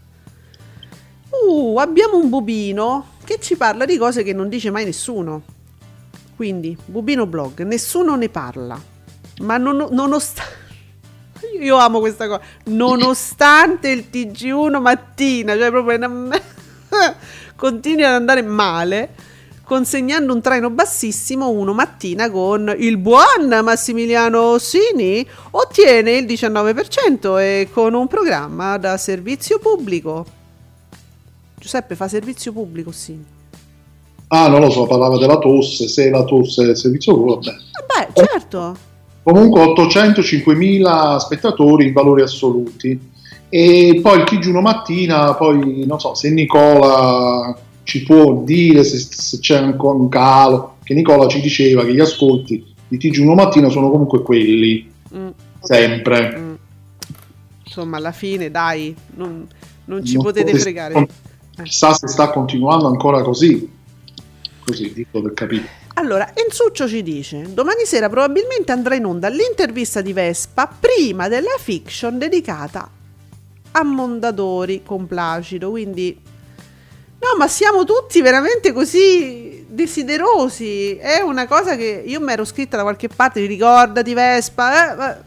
Uh, abbiamo un bubino che ci parla di cose che non dice mai nessuno. Quindi, Bubino Blog, nessuno ne parla. Ma non, nonostante... Io amo questa cosa. Nonostante il T G uno mattina, cioè proprio una... continui ad andare male, consegnando un traino bassissimo, uno mattina con il buon Massimiliano Ossini ottiene il diciannove per cento e con un programma da servizio pubblico. Giuseppe fa servizio pubblico, sì. Ah, non lo so, parlava della tosse, se la tosse è il servizio pubblico, vabbè. Vabbè, certo. Comunque ottocentocinquemila spettatori in valori assoluti. E poi il T G uno mattina, poi non so se Nicola ci può dire se, se c'è ancora un calo, che Nicola ci diceva che gli ascolti di T G uno mattina sono comunque quelli, mm. sempre. Mm. Insomma, alla fine, dai, non, non ci non potete so fregare. Se, chissà se sta continuando ancora così. Così, dico per capire. Allora, Enzuccio ci dice: domani sera probabilmente andrà in onda l'intervista di Vespa prima della fiction dedicata a Mondadori con Placido. Quindi, no, ma siamo tutti veramente così desiderosi. È una cosa che io mi ero scritta da qualche parte. Ricordati Vespa. Eh,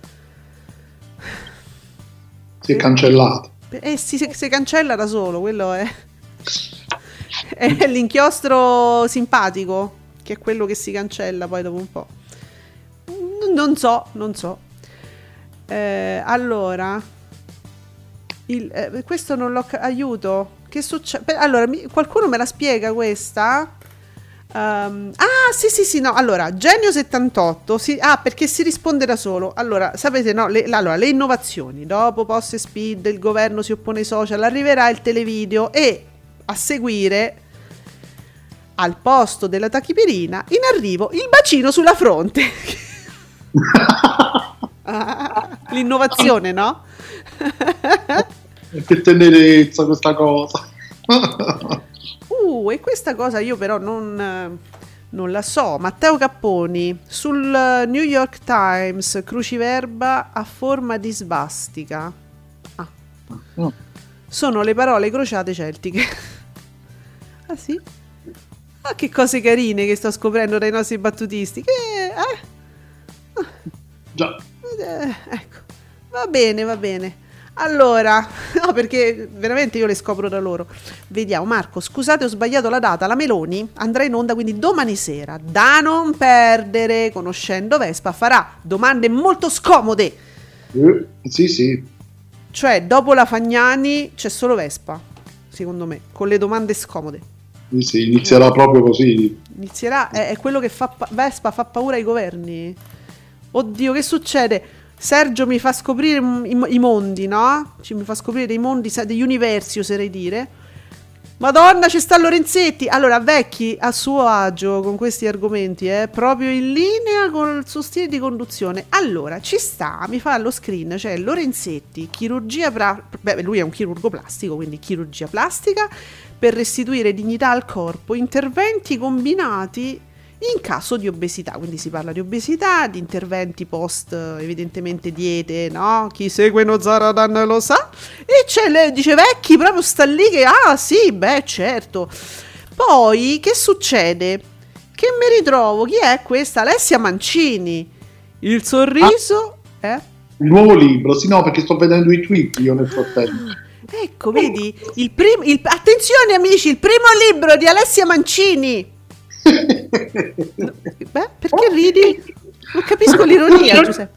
si è cancellato. Eh sì, si, si cancella da solo. Quello è. È l'inchiostro simpatico, che è quello che si cancella poi dopo un po'. Non so, non so. Eh, allora, il, eh, questo non l'ho ca- aiuto. Che succede? Allora, mi, qualcuno me la spiega questa? Um, ah, sì, sì, sì, no. Allora, Genio settantotto. Sì, ah, perché si risponde da solo. Allora, sapete, no? Le, allora, le innovazioni. Dopo Post e Speed, il governo si oppone ai social, arriverà il televideo e a seguire, al posto della tachipirina, in arrivo il bacino sulla fronte. Ah, l'innovazione, no? Che tenerezza questa cosa. uh, e questa cosa io però non, non la so. Matteo Capponi, sul New York Times, cruciverba a forma di svastica. Ah. No. Sono le parole crociate celtiche. Ah sì? Ah, che cose carine che sto scoprendo dai nostri battutisti. Che, eh? Già. Eh, ecco. Va bene, va bene. Allora, no, perché veramente io le scopro da loro. Vediamo, Marco, scusate, ho sbagliato la data. La Meloni andrà in onda quindi domani sera. Da non perdere, conoscendo Vespa, farà domande molto scomode. Eh, sì, sì. Cioè, dopo la Fagnani c'è solo Vespa, secondo me, con le domande scomode. Sì, sì, inizierà proprio così. Inizierà, è, è quello che fa pa- Vespa fa paura ai governi. Oddio, che succede? Sergio mi fa scoprire i, i mondi, no? Ci mi fa scoprire dei mondi, degli universi, oserei dire. Madonna, ci sta Lorenzetti. Allora, Vecchi a suo agio con questi argomenti, eh, proprio in linea con il suo stile di conduzione. Allora, ci sta, mi fa lo screen, cioè Lorenzetti, chirurgia pra- beh, lui è un chirurgo plastico, quindi chirurgia plastica per restituire dignità al corpo, interventi combinati in caso di obesità. Quindi si parla di obesità, di interventi post, evidentemente diete, no? Chi segue No Zaradan lo sa. E c'è, le, dice Vecchi, proprio sta lì che, ah sì, beh certo. Poi, che succede? Che mi ritrovo, chi è questa? Alessia Mancini. Il sorriso, ah, eh? Il nuovo libro, sì no, perché sto vedendo i tweet io nel frattempo. Ecco, vedi, il prim- il, attenzione amici, il primo libro di Alessia Mancini. No, beh, perché ridi? Non capisco l'ironia, Giuseppe.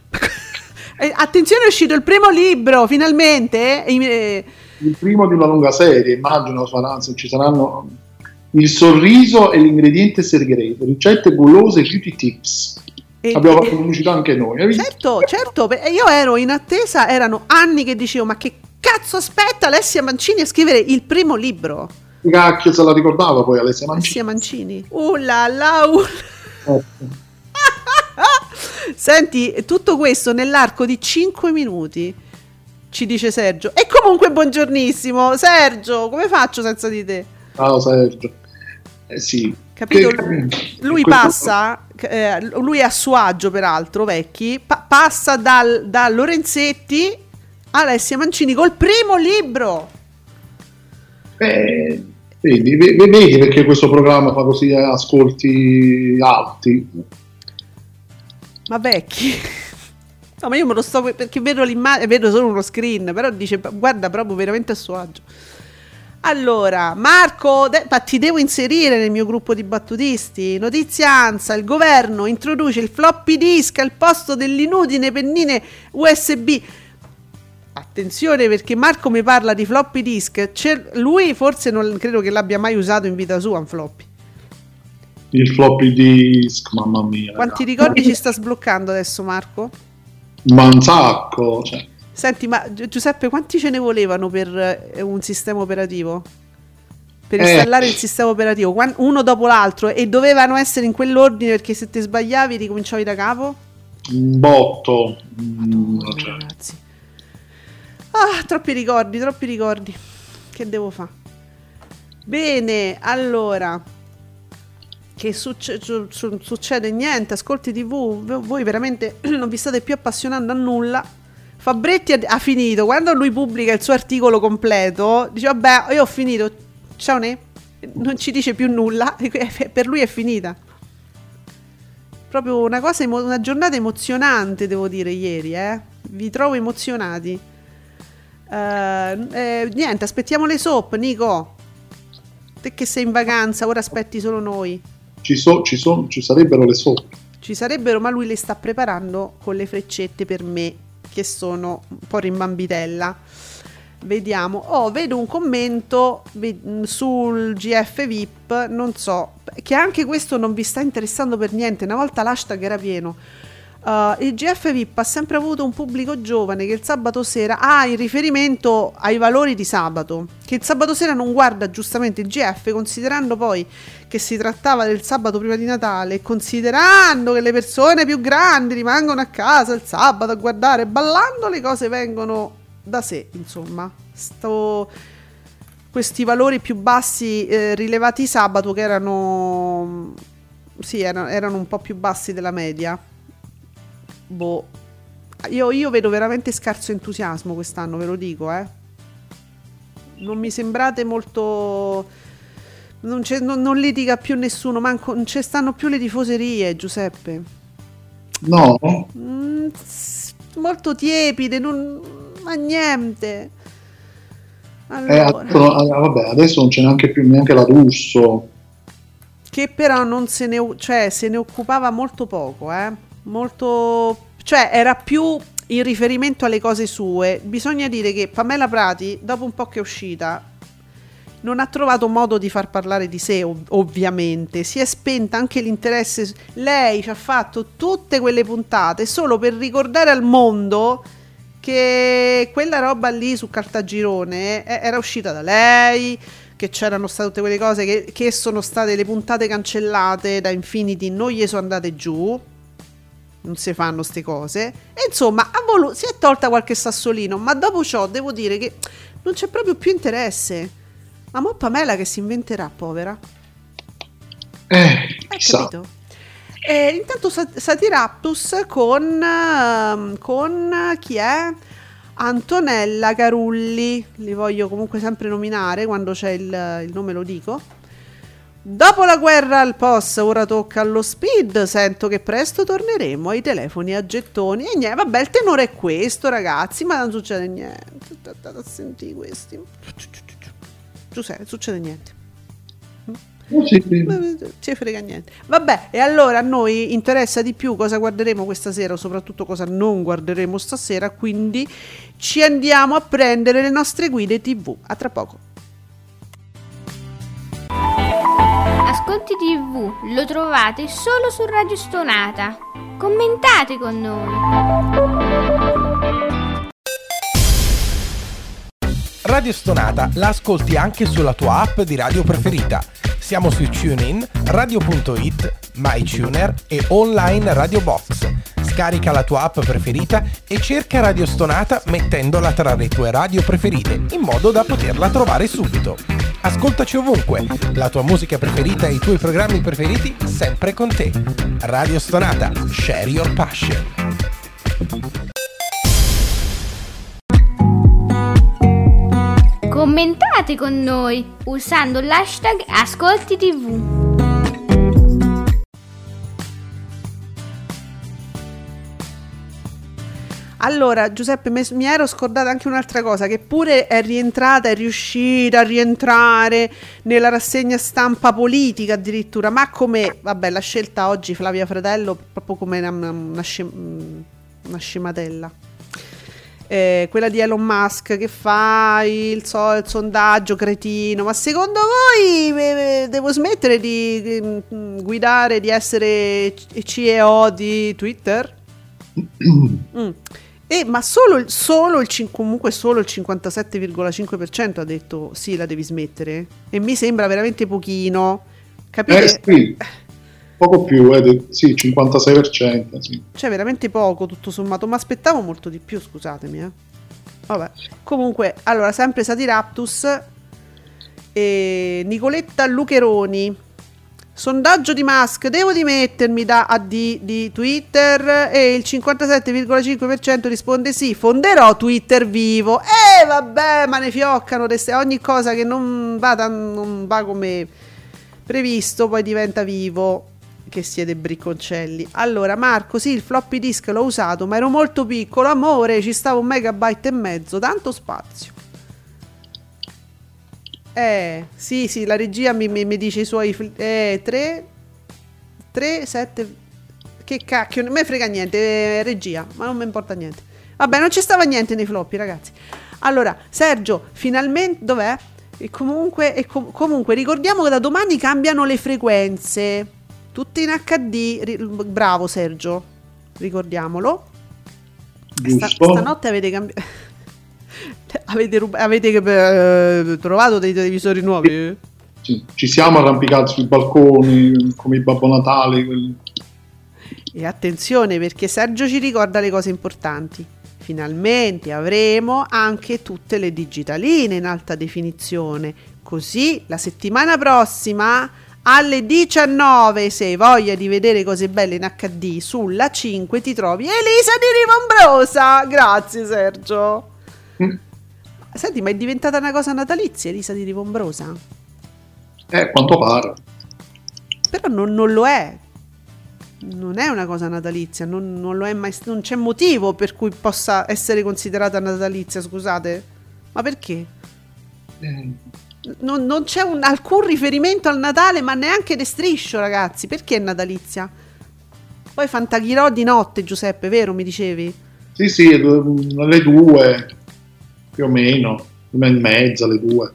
Eh, attenzione, è uscito il primo libro, finalmente. Eh? Il primo di una lunga serie, immagino sarà, ci saranno Il sorriso e l'ingrediente segreto, ricette gulose e beauty tips. E, abbiamo fatto pubblicità anche noi. Hai visto? Certo, certo, io ero in attesa, erano anni che dicevo, ma che cazzo aspetta Alessia Mancini a scrivere il primo libro? Cacchio, se la ricordava poi Alessia Mancini. Alessia Mancini. Uh là là, uh. Oh. Senti, tutto questo nell'arco di cinque minuti. ci dice Sergio. E comunque buongiornissimo Sergio, come faccio senza di te? Ciao Sergio. Eh sì. Capito? Che, lui questo... passa, eh, lui è a suo agio peraltro, Vecchi, pa- passa dal, da Lorenzetti a Alessia Mancini col primo libro. Eh, vedi, vedi perché questo programma fa così ascolti alti. Ma Vecchi... No, ma io me lo sto, perché vedo l'immagine, vedo solo uno screen, però dice, guarda, proprio veramente a suo agio. Allora, Marco, de- ma ti devo inserire nel mio gruppo di battutisti. Notizia ANSA, il governo introduce il floppy disk al posto dell'inutile pennine U S B. Attenzione, perché Marco mi parla di floppy disk. C'è, lui forse non credo che l'abbia mai usato in vita sua un floppy. Il floppy disk, mamma mia. Quanti ragazzi. ricordi ci sta sbloccando adesso Marco? Ma un sacco, cioè. Senti, ma Giuseppe, quanti ce ne volevano per eh, un sistema operativo? Per Eh. installare il sistema operativo, Quan- uno dopo l'altro, e dovevano essere in quell'ordine, perché se ti sbagliavi ricominciavi da capo? Un botto. Mm, Oh, cioè. ragazzi. Ah, troppi ricordi, troppi ricordi. Che devo fare? Bene, allora, che succe- su- su- succede niente, ascolti tivù, v- voi veramente non vi state più appassionando a nulla. Fabretti ha, ha finito, quando lui pubblica il suo articolo completo, dice vabbè, io ho finito, ciao ne, non ci dice più nulla, per lui è finita. Proprio una cosa, emo- una giornata emozionante, devo dire, ieri, eh. Vi trovo emozionati. Uh, eh, niente, aspettiamo le soap, Nico. Te che sei in vacanza, ora aspetti solo noi. Ci, so, ci, so, ci sarebbero le sopra. Ci sarebbero, ma lui le sta preparando con le freccette per me, che sono un po' rimbambitella. Vediamo. Oh, vedo un commento sul G F V I P, non so, che anche questo non vi sta interessando per niente. Una volta l'hashtag era pieno. Uh, il G F V I P ha sempre avuto un pubblico giovane che il sabato sera ha in riferimento ai valori di sabato, che il sabato sera non guarda giustamente il G F, considerando poi che si trattava del sabato prima di Natale, considerando che le persone più grandi rimangono a casa il sabato a guardare, ballando, le cose vengono da sé, insomma. Sto... questi valori più bassi eh, rilevati sabato, che erano sì, erano, erano un po' più bassi della media. Boh, io, io vedo veramente scarso entusiasmo quest'anno, ve lo dico, eh. Non mi sembrate molto... Non, c'è, non, non litiga più nessuno, manco, non ci stanno più le tifoserie, Giuseppe. No? Mm, molto tiepide, non... ma niente. Eh, Allora, adesso, ah, vabbè, adesso non c'è neanche più neanche la Russo. che però non se ne, cioè, se ne occupava molto poco, eh. Molto, cioè era più in riferimento alle cose sue. Bisogna dire che Pamela Prati, dopo un po' che è uscita, non ha trovato modo di far parlare di sé, ov- ovviamente. Si è spenta anche l'interesse. Lei ci ha fatto tutte quelle puntate solo per ricordare al mondo che quella roba lì su Caltagirone eh, era uscita da lei, che c'erano state tutte quelle cose che, che sono state le puntate cancellate da Infinity, non gli sono andate giù. Non si fanno ste cose. E insomma, ha volu- si è tolta qualche sassolino, ma dopo ciò devo dire che non c'è proprio più interesse. Ma mo' Pamela che si inventerà, povera? Eh, Hai chissà. capito? E intanto Sat- Satiraptus con, ehm, con chi è? Antonella Carulli. Li voglio comunque sempre nominare, quando c'è il, il nome lo dico. Dopo la guerra al P O S, ora tocca allo Speed. Sento che presto torneremo ai telefoni a gettoni. E niente, vabbè, il tenore è questo, ragazzi. Ma non succede niente. State a sentire questi. Giuseppe, succede niente. Oh, sì, sì. Ci frega niente. Vabbè, e allora a noi interessa di più cosa guarderemo questa sera, o soprattutto cosa non guarderemo stasera. Quindi ci andiamo a prendere le nostre guide tivù. A tra poco. Ascolti tivù lo trovate solo su Radio Stonata. Commentate con noi. Radio Stonata la ascolti anche sulla tua app di radio preferita. Siamo su TuneIn, radio punto it, MyTuner e online Radio Box. Scarica la tua app preferita e cerca Radio Stonata mettendola tra le tue radio preferite, in modo da poterla trovare subito. Ascoltaci ovunque, la tua musica preferita e i tuoi programmi preferiti sempre con te. Radio Stonata, share your passion. Commentate con noi usando l'hashtag Ascolti tivù. Allora, Giuseppe, me- mi ero scordata anche un'altra cosa, che pure è rientrata, è riuscita a rientrare nella rassegna stampa politica addirittura, ma come, vabbè, l'ha scelta oggi Flavia Fratello proprio come una, una, scem- una scematella. Eh, quella di Elon Musk che fa il, so- il sondaggio cretino. Ma secondo voi eh, devo smettere di, di guidare, di essere C E O di Twitter? mm. Eh, ma solo, il- solo il cin- comunque solo il cinquantasette virgola cinque per cento ha detto sì, la devi smettere, e mi sembra veramente pochino, capite? Eh sì, poco più, eh, sì, cinquantasei per cento, sì. Cioè veramente poco tutto sommato, ma aspettavo molto di più, scusatemi, eh. Vabbè, comunque, allora, sempre Satiraptus e Nicoletta Lucheroni. Sondaggio di Musk, devo dimettermi da A D di Twitter, e il cinquantasette virgola cinque per cento risponde sì, fonderò Twitter vivo. E eh, vabbè, ma ne fioccano reste- ogni cosa che non va, tan- non va come previsto poi diventa vivo. Che siete bricconcelli. Allora, Marco, sì, il floppy disk l'ho usato, ma ero molto piccolo, amore, ci stava un megabyte e mezzo, tanto spazio. Eh, sì, sì, la regia mi, mi, mi dice i suoi eh, tre, tre, sette, che cacchio, non me frega niente, eh, regia, ma non mi importa niente. Vabbè, non ci stava niente nei floppy, ragazzi. Allora, Sergio, finalmente, dov'è? E comunque, e com- comunque, ricordiamo che da domani cambiano le frequenze, tutte in acca di, ri- bravo Sergio, ricordiamolo. Sta- stanotte avete cambiato... Avete, rub- avete eh, trovato dei televisori nuovi? Sì, ci siamo arrampicati sui balconi come i Babbo Natale. Quelli. E attenzione, perché Sergio ci ricorda le cose importanti. Finalmente avremo anche tutte le digitaline in alta definizione. Così la settimana prossima alle diciannove, se hai voglia di vedere cose belle in acca di sulla cinque, ti trovi Elisa di Rivombrosa. Grazie Sergio. Mm. Senti, ma è diventata una cosa natalizia Elisa di Rivombrosa? Eh, quanto pare. Però non, non lo è. Non è una cosa natalizia, non, non lo è mai, non c'è motivo per cui possa essere considerata natalizia, scusate. Ma perché? Eh. Non, non c'è un, alcun riferimento al Natale, ma neanche de striscio, ragazzi. Perché è natalizia? Poi Fantaghirò di notte, Giuseppe, vero? Mi dicevi? Sì, sì, alle due, più o meno, una e mezza, alle due.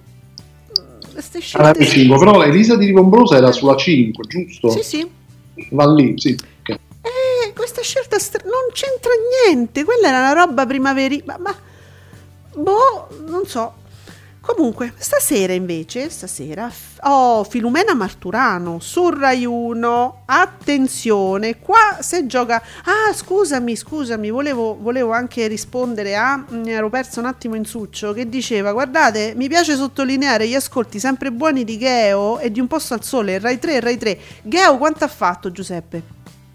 Alla cinque, però Elisa di Rivombrosa era sulla cinque, giusto? Sì, sì. Va lì, sì. Okay. Eh, questa scelta str- non c'entra niente. Quella era una roba primaverile. Ma, ma boh, non so. Comunque, stasera invece, stasera ho oh, Filumena Marturano su Rai uno. Attenzione, qua se gioca. Ah, scusami, scusami, volevo, volevo anche rispondere a. Mi ero perso un attimo in succio. Che diceva: guardate, mi piace sottolineare gli ascolti sempre buoni di Gheo e di Un Posto al Sole. Rai tre, Rai tre. Gheo, quanto ha fatto, Giuseppe?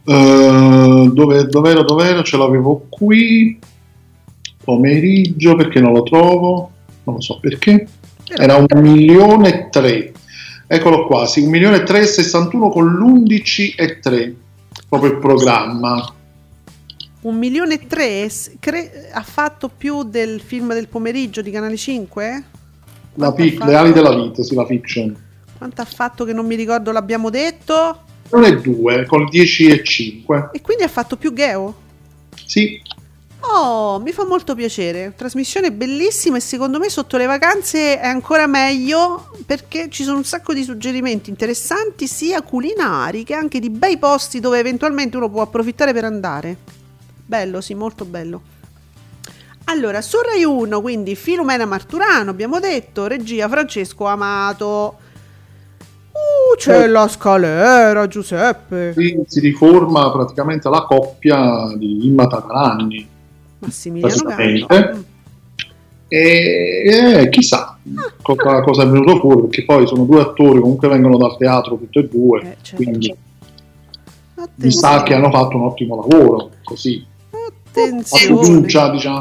Uh, dove, dov'ero, dov'ero? Ce l'avevo qui. Pomeriggio, perché non lo trovo. Non lo so perché, era un milione e tre, eccolo qua, sì, un milione e tre e sessantuno con l'undici e tre, proprio il programma. Un milione e tre cre- ha fatto più del film del pomeriggio di Canale cinque? La fic- le ali della vita, sì, la fiction. Quanto ha fatto che non mi ricordo, l'abbiamo detto? un e due, con dieci e cinque. E quindi ha fatto più Gheo? Sì. Oh, mi fa molto piacere, trasmissione bellissima e secondo me sotto le vacanze è ancora meglio perché ci sono un sacco di suggerimenti interessanti sia culinari che anche di bei posti dove eventualmente uno può approfittare per andare. Bello, sì, molto bello. Allora, su Rai uno, quindi Filumena Marturano, abbiamo detto, regia Francesco Amato. Uh, c'è la scalera, Giuseppe. Si, si riforma praticamente la coppia di Imma Tatarani. Massimiliano Praticamente. Gallo. E eh, chissà cosa, cosa è venuto fuori, perché poi sono due attori, comunque vengono dal teatro tutti e due, Eh, certo. quindi mi Attenzione. sa che hanno fatto un ottimo lavoro, così a Attenzione. fiducia, diciamo.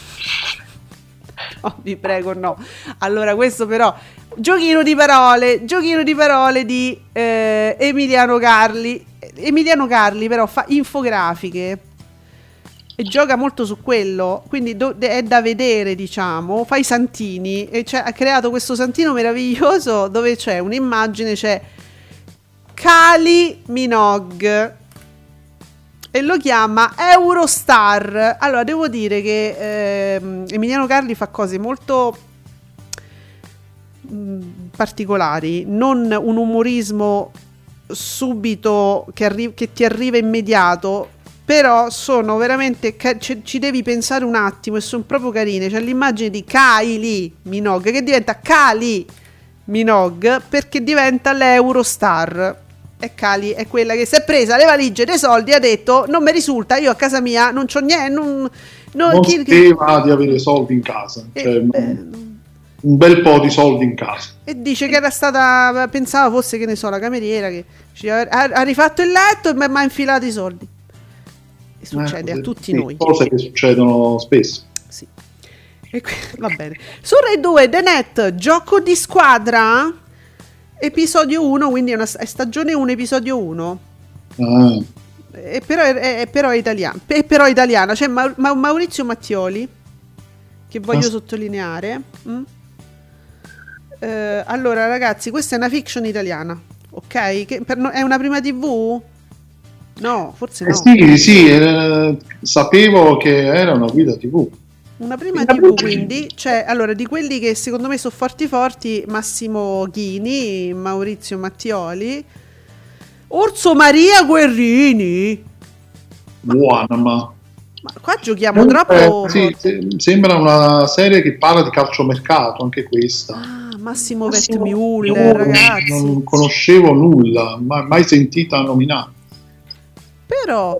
Oh, vi prego, no. Allora, questo però, giochino di parole, giochino di parole di eh, Emiliano Carli. Emiliano Carli però fa infografiche e gioca molto su quello, quindi do- è da vedere, diciamo. Fa i santini e c'è- ha creato questo santino meraviglioso dove c'è un'immagine, c'è Kylie Minogue e lo chiama Eurostar. Allora, devo dire che ehm, Emiliano Carli fa cose molto mh, particolari, non un umorismo subito che, arri- che ti arriva immediato, però sono veramente ca- ci, ci devi pensare un attimo e sono proprio carine. C'è l'immagine di Kylie Minogue che diventa Kylie Minogue perché diventa l'Eurostar. E Cali è quella che si è presa le valigie dei soldi e ha detto: non mi risulta, io a casa mia non c'ho niente, non, non, Non chi- sapeva di avere soldi in casa, e, cioè, eh, un bel po' di soldi in casa. e dice che era stata, pensava fosse, che ne so, la cameriera che ci ha, ha rifatto il letto e mi ha infilato i soldi. E succede Eh, a tutti sì, noi. cose che succedono spesso. Sì. E qui- va bene. Su Rai due, The Net, gioco di squadra, episodio uno, quindi è, una, è stagione uno, episodio uno. Ah, E però è, è però è italiana, è però italiana. C'è Ma- Ma- Maurizio Mattioli, che voglio Ah. sottolineare. Mm? Eh, allora, ragazzi, questa è una fiction italiana, ok? Che per no- è una prima tivù? No, forse eh no. sì, sì, eh, sapevo che era una guida tivù. Una prima tivù, quindi c'è, allora, di quelli che secondo me sono forti forti: Massimo Ghini, Maurizio Mattioli, Orso Maria Guerrini. Buona, ma Ma qua giochiamo troppo. Eh, sì, se- sembra una serie che parla di calciomercato, anche questa. Ah, Massimo Massimo Vetmuller, Io ragazzi. non conoscevo nulla, ma- mai sentita nominare. Però,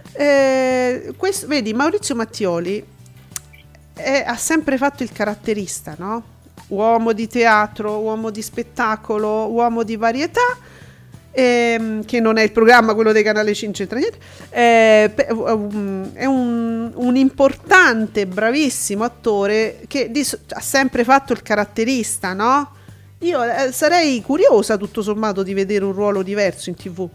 eh, questo, vedi, Maurizio Mattioli è- ha sempre fatto il caratterista, no? Uomo di teatro, uomo di spettacolo, uomo di varietà, ehm, che non è il programma, quello dei Canale cinque, c'entra niente. Eh, pe- um, è un, un importante, bravissimo attore che di so- ha sempre fatto il caratterista, no? Io eh, sarei curiosa, tutto sommato, di vedere un ruolo diverso in tivù.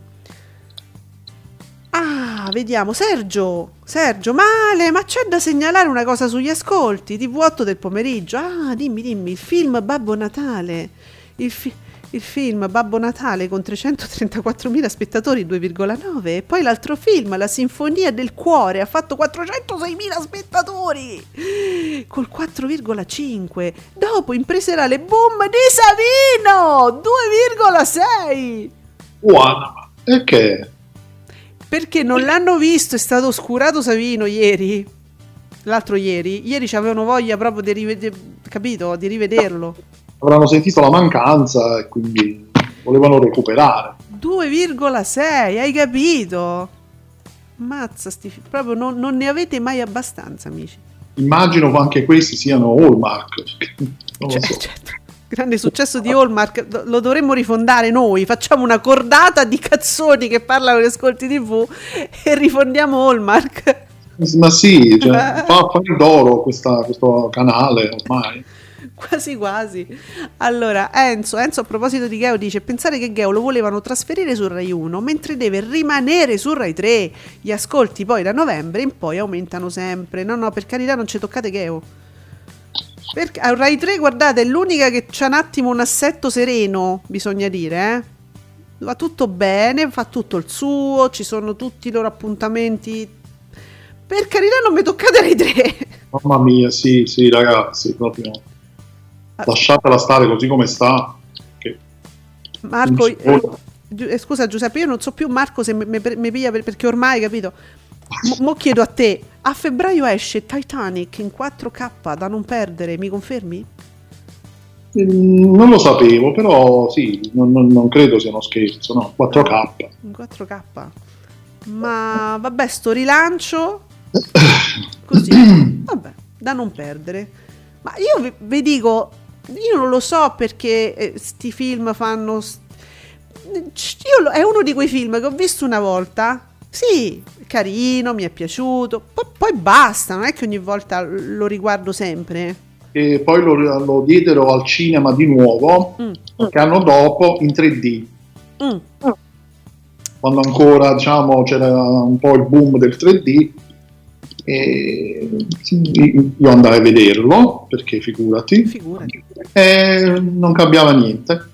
Ah, vediamo, Sergio, Sergio, male, ma c'è da segnalare una cosa sugli ascolti, tivù otto del pomeriggio. Ah, dimmi, dimmi, il film Babbo Natale, il, fi- il film Babbo Natale con trecentotrentaquattromila spettatori, due virgola nove, e poi l'altro film, La Sinfonia del Cuore, ha fatto quattrocentoseimila spettatori, col quattro virgola cinque, dopo impreserà le boom di Savino, due virgola sei. Buona, ma e che? Perché non l'hanno visto, è stato oscurato Savino ieri, l'altro ieri, ieri c'avevano voglia proprio di rivedere, capito, di rivederlo. Avranno sentito la mancanza e quindi volevano recuperare. due virgola sei, hai capito? Mazza, sti fi- proprio non, non ne avete mai abbastanza, amici. Immagino che anche questi siano Hallmark. Non lo Cioè, so. certo. Grande successo di Hallmark, do- lo dovremmo rifondare noi, facciamo una cordata di cazzoni che parlano di ascolti tivù e rifondiamo Hallmark. Ma sì, cioè, fa affari d'oro questa- questo canale ormai. Quasi quasi. Allora, Enzo, Enzo a proposito di Geo dice: pensare che Geo lo volevano trasferire su Rai uno mentre deve rimanere su Rai tre. Gli ascolti poi da novembre in poi aumentano sempre. No, no, per carità, non ci toccate Geo. Perché a Rai tre, guardate, è l'unica che c'ha un attimo un assetto sereno, bisogna dire, eh. Va tutto bene, fa tutto il suo, ci sono tutti i loro appuntamenti. Per carità, non mi toccate Rai tre. Mamma mia, sì, sì, ragazzi, proprio lasciatela stare così come sta. Che Marco, non si può. eh, Giu- eh, scusa Giuseppe, io non so più Marco se mi piglia per- perché ormai, capito? Mo, mo chiedo a te, a febbraio esce Titanic in quattro K da non perdere, mi confermi? Non lo sapevo, però sì, non, non- non credo sia uno scherzo, no? quattro K. In quattro K. Ma vabbè, sto rilancio così, vabbè, da non perdere. Ma io vi, vi dico, io non lo so perché eh, sti film fanno st- io lo- è uno di quei film che ho visto una volta, sì, carino, mi è piaciuto, poi, poi basta, non è che ogni volta lo riguardo sempre. E poi lo, lo diedero al cinema di nuovo Mm. qualche anno dopo in tre D, Mm. quando ancora diciamo c'era un po' il boom del tre D, e sì, io andai a vederlo perché figurati, Figurati. e non cambiava niente.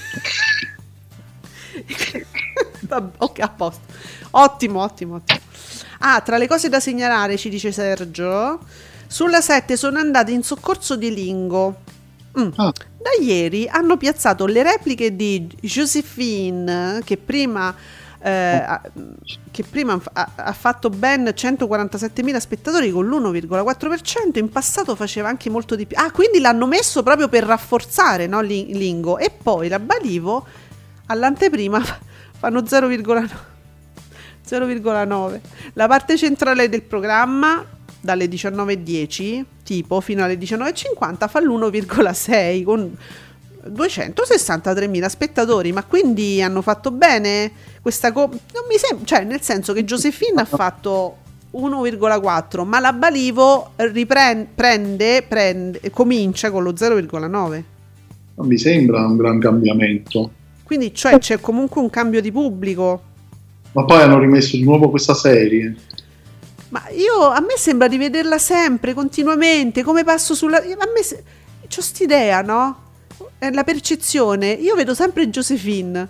Vabbè, ok, a posto. Ottimo, ottimo, ottimo. Ah, tra le cose da segnalare, ci dice Sergio, sulla sette sono andate in soccorso di Lingo. Mm. Ah. Da ieri hanno piazzato le repliche di Josephine, che prima, eh, ha, che prima ha, ha fatto ben centoquarantasettemila spettatori con l'uno virgola quattro per cento, in passato faceva anche molto di più. Ah, quindi l'hanno messo proprio per rafforzare, no, Li- Lingo. E poi la Balivo all'anteprima fanno zero virgola nove. La parte centrale del programma dalle diciannove e dieci tipo fino alle diciannove e cinquanta fa l'uno virgola sei con duecentosessantatremila spettatori. Ma quindi hanno fatto bene questa co- non mi sembra, cioè nel senso che Josephine ha fatto uno virgola quattro, ma la Balivo riprende prende, prende comincia con lo zero virgola nove. Non mi sembra un gran cambiamento. Quindi cioè c'è comunque un cambio di pubblico. Ma poi hanno rimesso di nuovo questa serie. Ma io, a me sembra di vederla sempre, continuamente, come passo sulla... A me se- c'ho st'idea, no? È la percezione. Io vedo sempre Josephine.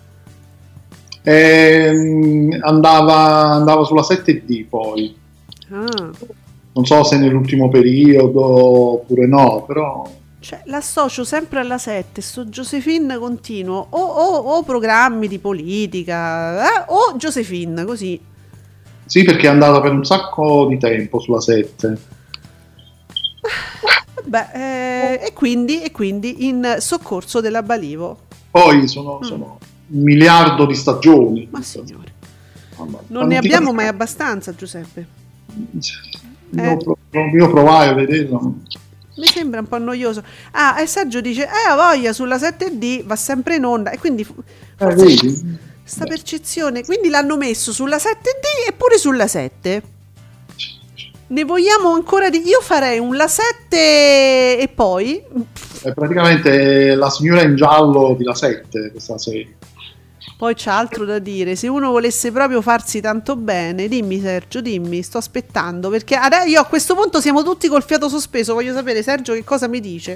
E, andava, andava sulla sette D poi. Ah, Non so se nell'ultimo periodo oppure no, però... cioè l'associo sempre alla sette, sto Josephine continuo. O, o, o programmi di politica, eh, o Josephine, così. Sì, perché è andata per un sacco di tempo sulla sette. Vabbè, eh, e, quindi, e quindi in soccorso della Balivo. Poi sono, Mm. sono un miliardo di stagioni. Ma signore, Mamma, non ne tanti- abbiamo mai abbastanza, Giuseppe. Io, Eh. pro- io provai a vederlo. Mi sembra un po' noioso. Ah, e Sergio dice, eh, ha voglia, sulla sette D va sempre in onda. E quindi fu- Eh, forse vedi? sta percezione. Quindi l'hanno messo sulla sette D e pure sulla sette. Ne vogliamo ancora di... Io farei un la sette e poi... È praticamente la signora in giallo di La sette, questa serie. Poi c'è altro da dire. Se uno volesse proprio farsi tanto bene, dimmi Sergio, dimmi, sto aspettando. Perché adesso io a questo punto siamo tutti col fiato sospeso. Voglio sapere Sergio che cosa mi dice.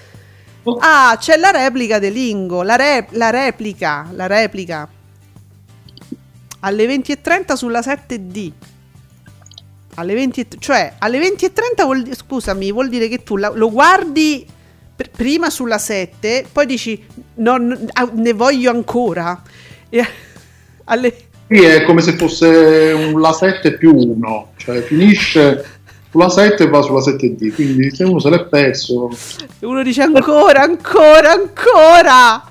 Ah, c'è la replica di Lingo. La, re- la replica, la replica. Alle venti e trenta sulla sette D. Alle venti e- cioè alle venti e trenta vuol di- scusami, vuol dire che tu la- lo guardi pr- prima sulla sette, poi dici non, ah, ne voglio ancora. E alle Sì, è come se fosse un La sette più uno, cioè finisce sulla sette e va sulla sette D, quindi se uno se l'è perso... uno dice ancora, ancora, ancora.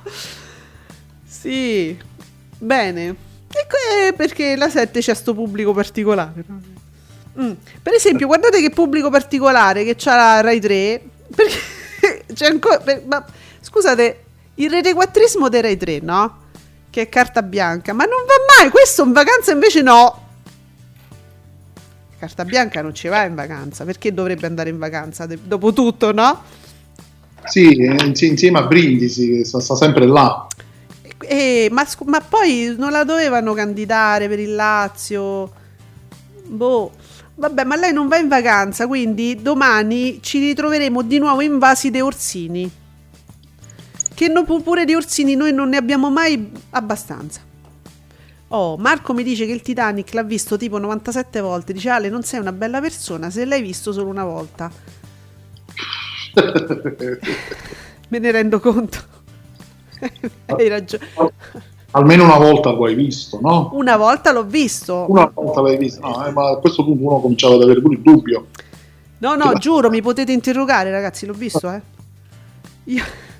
Sì, bene. E que- perché la sette c'è sto pubblico particolare. no? Mm. Per esempio, guardate che pubblico particolare che c'ha la Rai tre. Perché c'è ancora. per- ma scusate, il retequattrismo dei Rai tre, no? Che è carta bianca, ma non va mai. Questo in vacanza invece no. Carta bianca non ci va in vacanza. Perché dovrebbe andare in vacanza? de- Dopo tutto, no? Sì, insi- insieme a Brindisi, che sta, sta sempre là. Eh, ma, scu- ma poi non la dovevano candidare per il Lazio? Boh. Vabbè, ma lei non va in vacanza, quindi domani ci ritroveremo di nuovo invasi dei Orsini. Che no- pure di Orsini noi non ne abbiamo mai abbastanza. Oh, Marco mi dice che il Titanic l'ha visto tipo novantasette volte. Dice, Ale, non sei una bella persona se l'hai visto solo una volta. Me ne rendo conto. Hai ragione. Almeno una volta lo hai visto, no? Una volta l'ho visto. Una volta l'hai visto, no, eh, ma a questo punto uno cominciava ad avere pure il dubbio. No, no, giuro, mi potete interrogare, ragazzi, l'ho visto, eh. Io,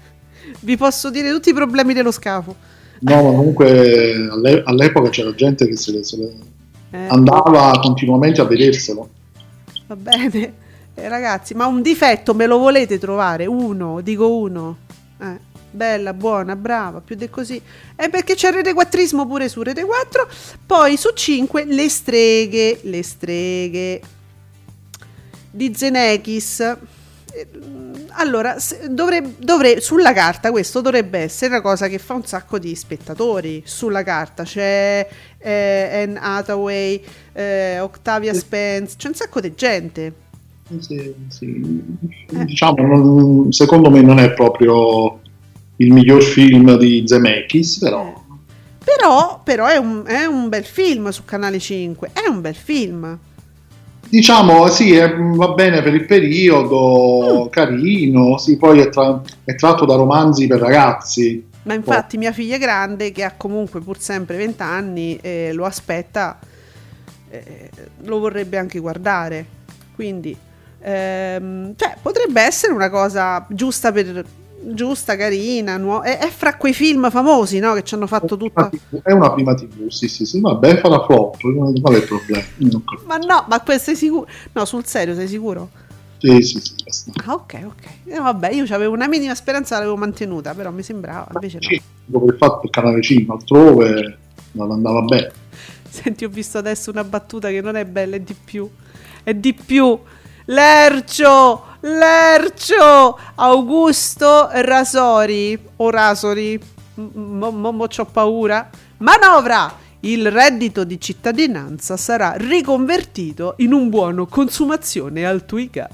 Vi posso dire tutti i problemi dello scafo. No, ma comunque all'e- all'epoca c'era gente che se le, se le Eh. andava continuamente a vederselo. Va bene, eh, ragazzi, ma un difetto me lo volete trovare? Uno, dico uno. Eh, bella, buona, brava, più di così. È perché c'è Rete Quattrismo pure su Rete quattro. Poi su cinque le streghe, le streghe di Zemeckis. Eh, Allora, se- dovre- dovre- sulla carta questo dovrebbe essere una cosa che fa un sacco di spettatori. Sulla carta c'è eh, Anne Hathaway, eh, Octavia Spence, c'è un sacco di gente. Sì, sì. Diciamo, non- secondo me non è proprio il miglior film di Zemeckis, però Eh. Però, però è, un, è un bel film su Canale cinque, è un bel film. diciamo sì, è- va bene per il periodo, carino, sì, poi è, tra- è tratto da romanzi per ragazzi. Ma infatti mia figlia grande, che ha comunque pur sempre venti anni, eh, lo aspetta, eh, lo vorrebbe anche guardare. Quindi, ehm, cioè, potrebbe essere una cosa giusta per giusta, carina, nuova. È, è fra quei film famosi, no? Che ci hanno fatto tutta. È una prima tivù, sì, sì, sì, vabbè, farà flop, qual è il problema? Non capisco. Ma no, ma questo sei sicuro? No, sul serio, sei sicuro? Sì, sì, sì, basta. Ah, ok, ok. Eh, vabbè, io avevo una minima speranza, l'avevo mantenuta, però mi sembrava, invece no. Sì, dopo il fatto il canale cinque altrove non andava bene. Senti, ho visto adesso una battuta che non è bella, è di più. È di più. Lercio! Lercio! Augusto Rasori. O Rasori. Mo, mo, mo c'ho paura. Manovra! Il reddito di cittadinanza sarà riconvertito in un buono consumazione al Twiga.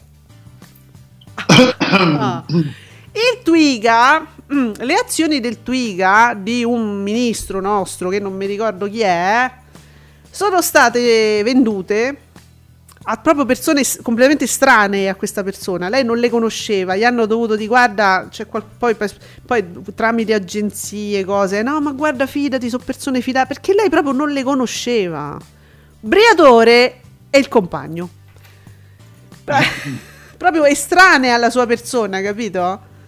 Ah. Il Twiga, mm, le azioni del Twiga di un ministro nostro che non mi ricordo chi è, sono state vendute a proprio persone s- completamente estranee a questa persona. Lei non le conosceva, gli hanno dovuto dire guarda, c'è qual- poi, poi tramite agenzie, cose, no ma guarda fidati, sono persone fidate, perché lei proprio non le conosceva. Briatore e il compagno. Proprio estranea alla sua persona, capito?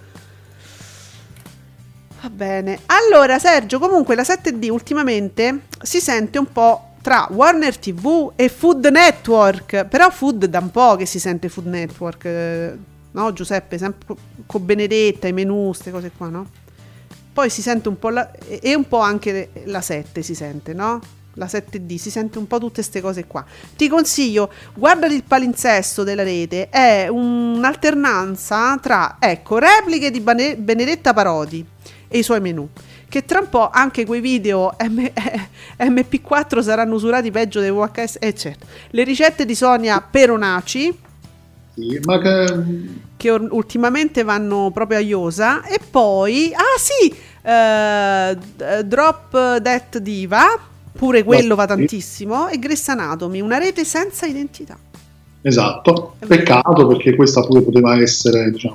Va bene. Allora Sergio, comunque la sette D ultimamente si sente un po' tra Warner tivù e Food Network, però Food da un po' che si sente Food Network, eh, no Giuseppe, sempre con Benedetta, i menù, queste cose qua, no? Poi si sente un po' la, e un po' anche la sette si sente, no? La sette D, si sente un po' tutte queste cose qua. Ti consiglio, guardati il palinsesto della rete, è un'alternanza tra, ecco, repliche di Bane- Benedetta Parodi e i suoi menù, che tra un po' anche quei video M- M P quattro saranno usurati peggio dei V H S, eccetera. Le ricette di Sonia Peronaci, Sì, ma che... che or- ultimamente vanno proprio a iosa, e poi, ah sì, eh, d- Drop That Diva, pure quello va tantissimo, e Grey's Anatomy, una rete senza identità. Esatto, peccato perché questa pure poteva essere, diciamo...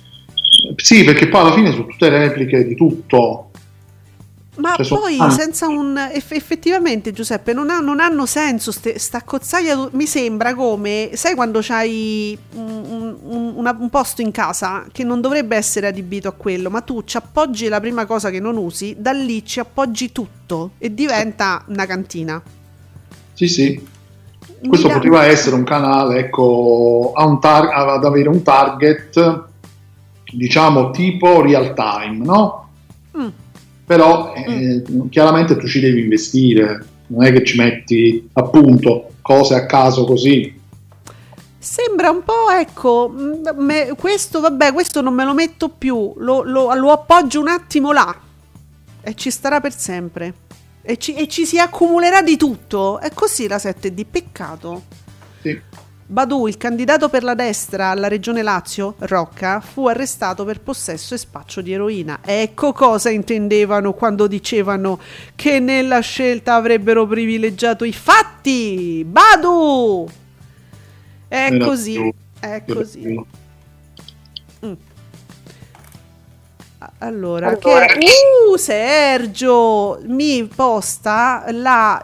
Sì, perché poi alla fine sono tutte repliche di tutto. Ma Cioè, sono poi tanti. senza un eff- effettivamente Giuseppe non, ha- non hanno senso ste, sta cozzaglia. Mi sembra come, sai, quando c'hai un, un- una- un posto in casa che non dovrebbe essere adibito a quello, ma tu ci appoggi la prima cosa che non usi, da lì ci appoggi tutto e diventa una cantina. Sì, sì. Questo Mi dà- poteva essere un canale, ecco, a un tar- ad avere un target, diciamo, tipo real time, no? Mm. Però eh, chiaramente tu ci devi investire, non è che ci metti appunto cose a caso così. Sembra un po', ecco, mh, me- questo vabbè, questo non me lo metto più, lo, lo- lo appoggio un attimo là e ci starà per sempre. E ci, e ci si accumulerà di tutto. È così la sette D, peccato. Sì. Badù, il candidato per la destra alla regione Lazio, Rocca, fu arrestato per possesso e spaccio di eroina. Ecco cosa intendevano quando dicevano che nella scelta avrebbero privilegiato i fatti. Badù! È Era così, più- è più- così. più- Mm. Allora, che uh, Sergio mi posta la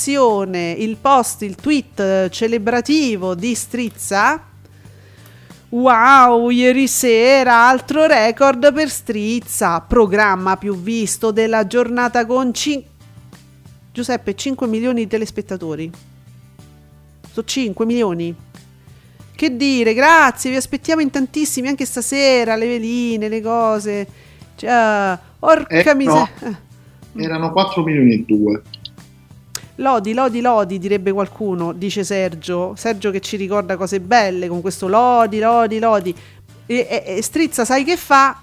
celebrazione, il post, il tweet celebrativo di Strizza, Wow, ieri sera altro record per Strizza, programma più visto della giornata con cin- Giuseppe, cinque milioni di telespettatori. Sono cinque milioni. Che dire, grazie, vi aspettiamo in tantissimi anche stasera, le veline, le cose. Cioè, orca Eh, no. miseria. Erano quattro milioni e due. Lodi, lodi, lodi, direbbe qualcuno, dice Sergio. Sergio che ci ricorda cose belle con questo lodi, lodi, lodi. E, e, e Strizza, sai che fa?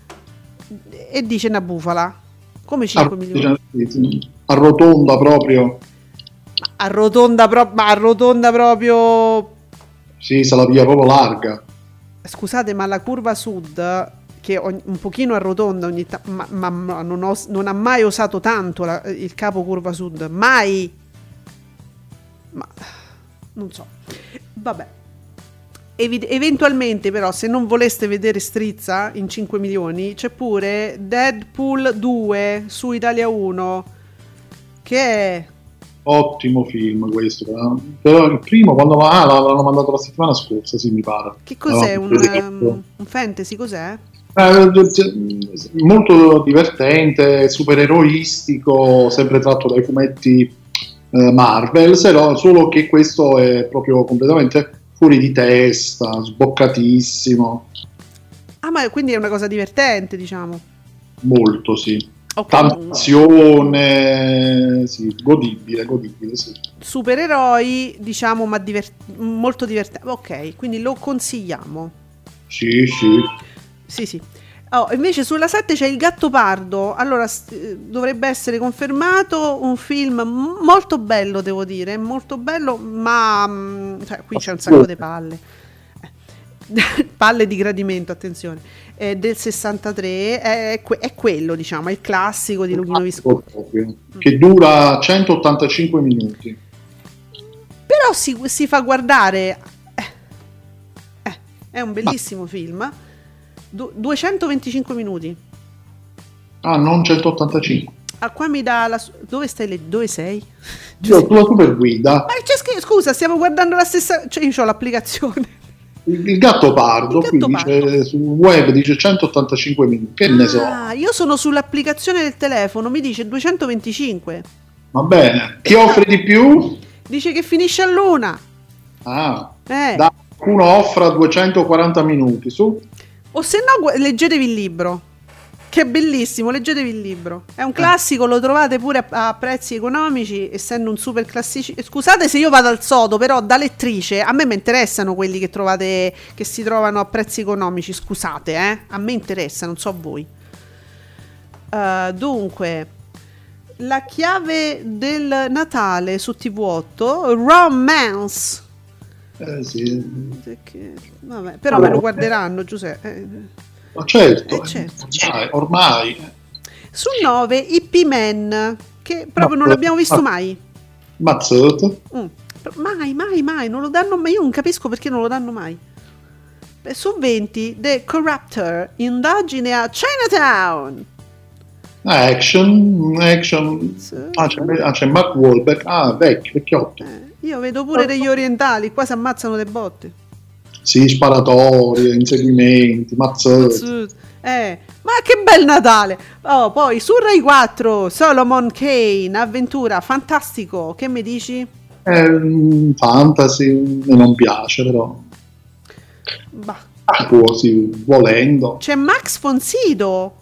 E dice una bufala. Come cinque milioni? Arrotonda proprio. Arrotonda, pro- ma arrotonda proprio. Sì, se la via proprio larga. Scusate, ma la curva sud, che ogni, un pochino arrotonda ogni ta- ma, ma, ma non, ho, non ha mai usato tanto la- il capo curva sud, mai. Ma non so. Vabbè. Evi- eventualmente però, se non voleste vedere Strizza in cinque milioni, c'è pure Deadpool due su Italia uno, che è Ottimo film questo. Però, però il primo, quando ah, l'avevano mandato la settimana scorsa, sì, mi pare. che cos'è? No, un, vedete. um, un fantasy, cos'è? Eh, molto divertente, supereroistico, sempre tratto dai fumetti eh, Marvel, però solo che questo è proprio completamente fuori di testa, sboccatissimo, Ah, ma quindi è una cosa divertente, diciamo. molto sì. Ok. Tanta azione, sì, godibile, godibile, sì. Supereroi, diciamo, ma diver- molto divertente. Ok, quindi lo consigliamo. Sì, sì. Sì, sì. Oh, invece sulla sette c'è Il Gattopardo. Allora, st- eh, dovrebbe essere confermato un film m- molto bello, devo dire, molto bello, ma mm, cioè, qui c'è un sacco di palle. Eh, palle di gradimento, attenzione. È del sessantatré, è, que- è quello, diciamo, è il classico di Luchino Visconti. Proprio, che dura centottantacinque minuti. Però si, si fa guardare, eh, eh, è un bellissimo film. Du- duecentoventicinque minuti. Ah, non centottantacinque. Ah, qua mi dà la su- dove stai le- dove sei? Io sulla super guida, Ma c'è scritto, scusa, stiamo guardando la stessa, cioè io ho l'applicazione. il, il Gattopardo, Il qui Gattopardo. dice sul web dice centottantacinque minuti. Che ne so. Ah, io sono sull'applicazione del telefono, mi dice duecentoventicinque. Va bene. Chi offre di più? Dice che finisce all'una. Ah, Eh. da uno offra duecentoquaranta minuti su. O se no, gu- leggetevi il libro, che è bellissimo, leggetevi il libro. È un classico, lo trovate pure a, a prezzi economici, essendo un super classici. Scusate se io vado al sodo, però da lettrice a me mi interessano quelli che trovate, che si trovano a prezzi economici, scusate, eh? A me interessa, non so a voi. Uh, dunque, La chiave del Natale su T V otto, Romance. Eh sì. Che- vabbè, però me lo guarderanno, Giuseppe. Eh. Ma certo, Eh, certo. ormai, ormai. Su nove Hippie Man, che proprio non l'abbiamo visto mai. Mazzato. Mm. Mai, mai, mai, non lo danno mai. Io non capisco perché non lo danno mai. Beh, su venti The Corruptor, indagine a Chinatown. Ah, action, action. Ah, c'è, ah, c'è Mark Wahlberg. Ah, vecchio, vecchiotto. Eh, io vedo pure degli orientali, qua si ammazzano le botte. Sì, sparatorie, inseguimenti, mazzate. Eh, ma che bel Natale! Oh, poi su Rai quattro Solomon Kane, avventura, fantastico. Che mi dici? Eh, fantasy, e non piace, però. Bah. Ah, può, sì, volendo. C'è Max Fonsido.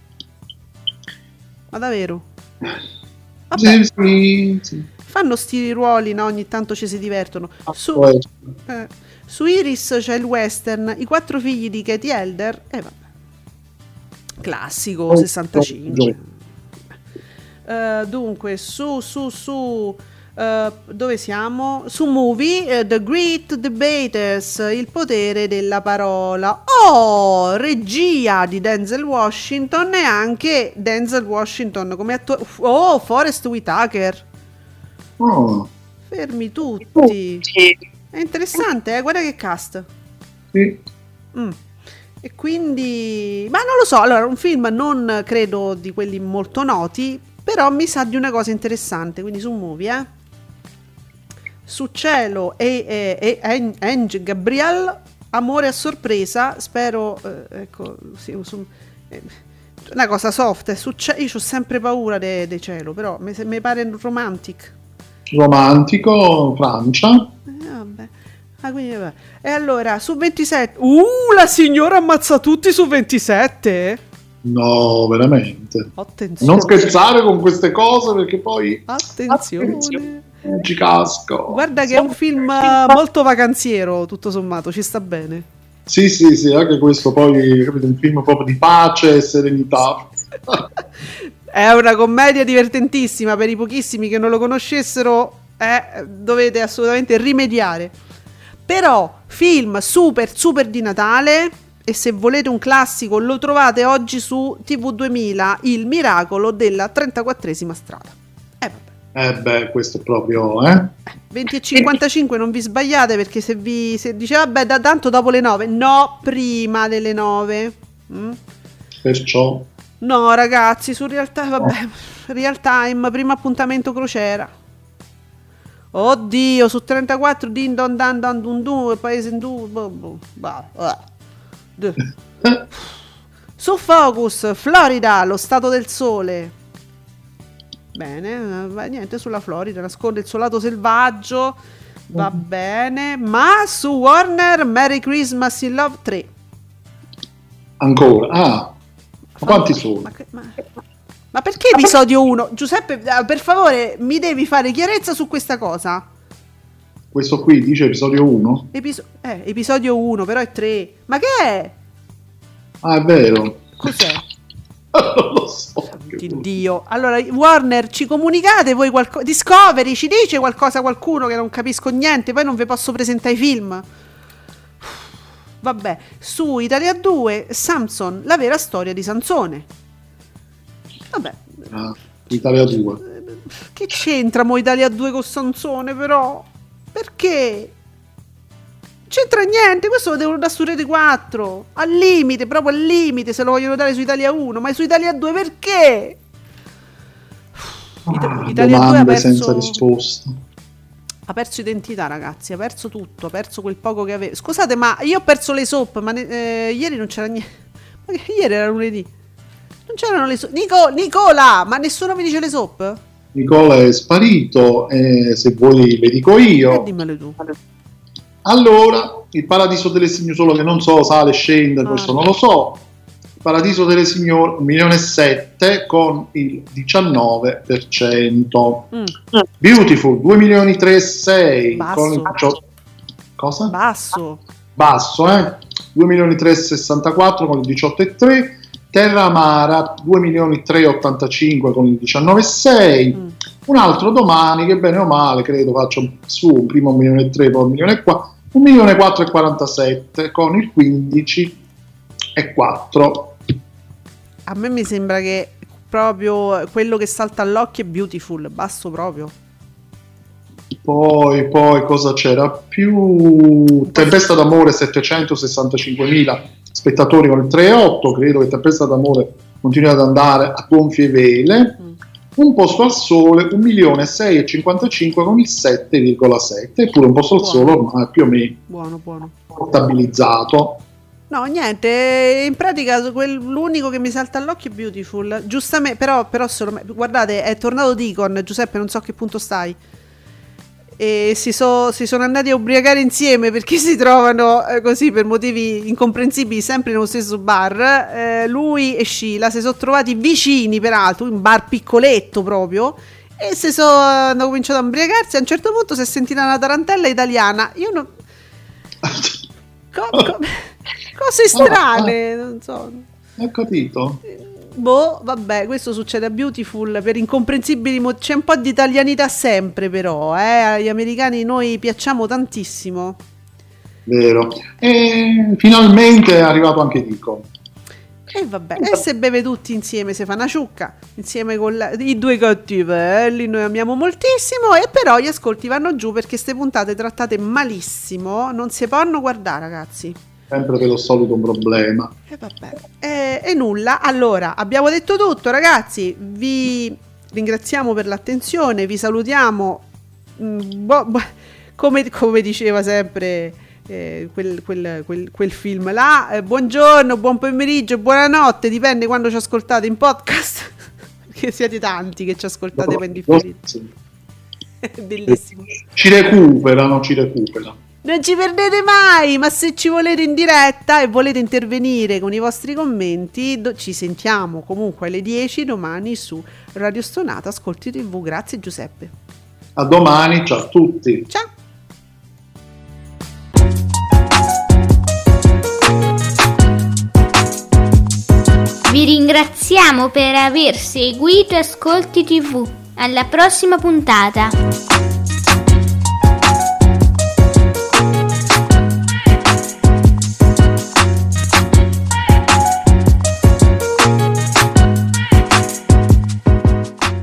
Ma davvero? Vabbè, Sì, sì, sì. fanno sti ruoli, no? Ogni tanto ci si divertono. Su, Può essere. eh, su Iris c'è il western I quattro figli di Katie Elder. E eh, vabbè. Classico, Oh, sessantacinque. Uh, dunque, su, su, su, uh, dove siamo? Su Movie, uh, The Great Debaters, il potere della parola. Oh, regia di Denzel Washington e anche Denzel Washington come attore. Oh, Forest Whitaker. Oh, Fermi tutti. È interessante, eh? Guarda che cast. sì. Mm. E quindi, ma non lo so, allora un film non credo di quelli molto noti, però mi sa di una cosa interessante, quindi su Movie, eh. Su Cielo e, e, e Ang Gabriel, Amore a sorpresa, spero, eh, ecco, sì, su, eh, una cosa soft, è succe- io ho sempre paura de, de cielo, però mi, mi pare romantic. Romantico, Francia. Eh, vabbè. Ah, quindi, vabbè. E allora, su ventisette, uh, la signora ammazza tutti su ventisette? No, veramente. Attenzione. Non scherzare con queste cose perché poi... Attenzione. Attenzione. Ci casco. Guarda che è un film uh, molto vacanziero, tutto sommato, ci sta bene. Sì, sì, sì, anche questo poi capite, un film proprio di pace e serenità. È una commedia divertentissima, per i pochissimi che non lo conoscessero, eh, dovete assolutamente rimediare. Però, film super, super di Natale, e se volete un classico lo trovate oggi su T V duemila, Il miracolo della trentaquattresima strada. Eh vabbè. Eh beh, questo è proprio, eh? venti e cinquantacinque, non vi sbagliate, perché se vi se dice vabbè da tanto dopo le nove, no, prima delle nove. Mm? Perciò No ragazzi, su Real Time, vabbè, Real Time, primo appuntamento crociera. Oddio, su trentaquattro din don dan dan dun dun, paese in du, boh, boh, bah, ah. D. Su Focus, Florida, lo stato del sole. Bene, eh, niente, sulla Florida nasconde il suo lato selvaggio, va mm. bene, ma su Warner Merry Christmas in Love tre. Ancora, ah, ma quanti sono? Ma, ma, ma perché episodio uno? Giuseppe, per favore, mi devi fare chiarezza su questa cosa. Questo qui dice episodio uno? Episo- eh, episodio uno, però è tre. Ma che è? Ah, è vero. Cos'è? Non lo so. Dio. Allora, Warner, ci comunicate voi qualcosa? Discovery, ci dice qualcosa qualcuno che non capisco niente, poi non vi posso presentare i film. Vabbè, su Italia due, Samson, la vera storia di Sansone. Vabbè. Ah, Italia due. Che c'entra mo Italia due con Sansone, però? Perché? C'entra niente, questo lo devono dare su Rete quattro, al limite, proprio al limite, se lo vogliono dare su Italia uno, ma su Italia due perché? Ita- Ah, Italia due ha perso, senza risposta. Ha perso identità, ragazzi, ha perso tutto, ha perso quel poco che aveva. Scusate, ma io ho perso le soap, ma ne- eh, ieri non c'era niente. Ma che ieri era lunedì. Non c'erano le soap. Nico- Nicola, ma nessuno mi dice le soap? Nicola è sparito, e se vuoi le dico io. Eh, dimmele tu. Allora, il Paradiso delle Signore, solo che non so, sale, scende, Ah. questo non lo so. Il Paradiso delle Signore, un milione e sette con il diciannove per cento. Mm. Beautiful, due milioni tre e sei Basso. con il diciotto. Cosa? Basso. Basso, eh? due milioni tre e sessantaquattro con il diciotto e tre. Terra Amara, due milioni tre e ottantacinque con il diciannove e sei. Mm. Un altro domani, che bene o male, credo faccia un- su un primo un milione e tre, poi un milione e qua, un milione quattro e quarantasette con il quindici e quattro. A me mi sembra che proprio quello che salta all'occhio è Beautiful, basso proprio. Poi, poi cosa c'era più? Tempesta d'amore, settecentosessantacinquemila spettatori con il tre virgola otto. Credo che Tempesta d'amore continui ad andare a gonfie vele. Mm. Un posto al sole, un milione sei e cinquantacinque con il sette virgola sette. Eppure un posto al Buono. sole ormai più o meno Buono, buono. stabilizzato. No, niente, in pratica quel- l'unico che mi salta all'occhio è Beautiful. Giustamente, però, però se lo- guardate, è tornato Deacon, Giuseppe, non so a che punto stai. E si, so- si sono andati a ubriacare insieme perché si trovano eh, così per motivi incomprensibili sempre nello stesso bar. Eh, lui e Sheila si sono trovati vicini, peraltro, in un bar piccoletto proprio. E si sono hanno cominciato a ubriacarsi. A un certo punto si è sentita una tarantella italiana. Io non. Co- co- cose strane, non so. Ho capito. Boh, vabbè, questo succede a Beautiful per incomprensibili motivi. C'è un po' di italianità sempre, però, eh. Agli americani noi piacciamo tantissimo. Vero. E finalmente è arrivato anche Dico. E vabbè, e se beve tutti insieme si fa una ciucca, insieme con la- i due cattivelli, noi amiamo moltissimo, e però gli ascolti vanno giù perché ste puntate trattate malissimo, non si possono guardare, ragazzi. Sempre per lo solito un problema. E vabbè, e, e nulla. Allora, abbiamo detto tutto, ragazzi. Vi ringraziamo per l'attenzione, vi salutiamo. mm, bo- bo- come, come diceva sempre eh, quel, quel, quel, quel film là. Eh, buongiorno, buon pomeriggio, buonanotte, dipende quando ci ascoltate in podcast, che siete tanti che ci ascoltate No, per indifferito. sì. Bellissimo. Ci recuperano, ci recuperano. Non ci perdete mai, ma se ci volete in diretta e volete intervenire con i vostri commenti, do- ci sentiamo comunque alle dieci domani su Radio Stonata Ascolti tivù. Grazie Giuseppe. A domani, ciao a tutti. Ciao. Vi ringraziamo per aver seguito Ascolti tivù. Alla prossima puntata.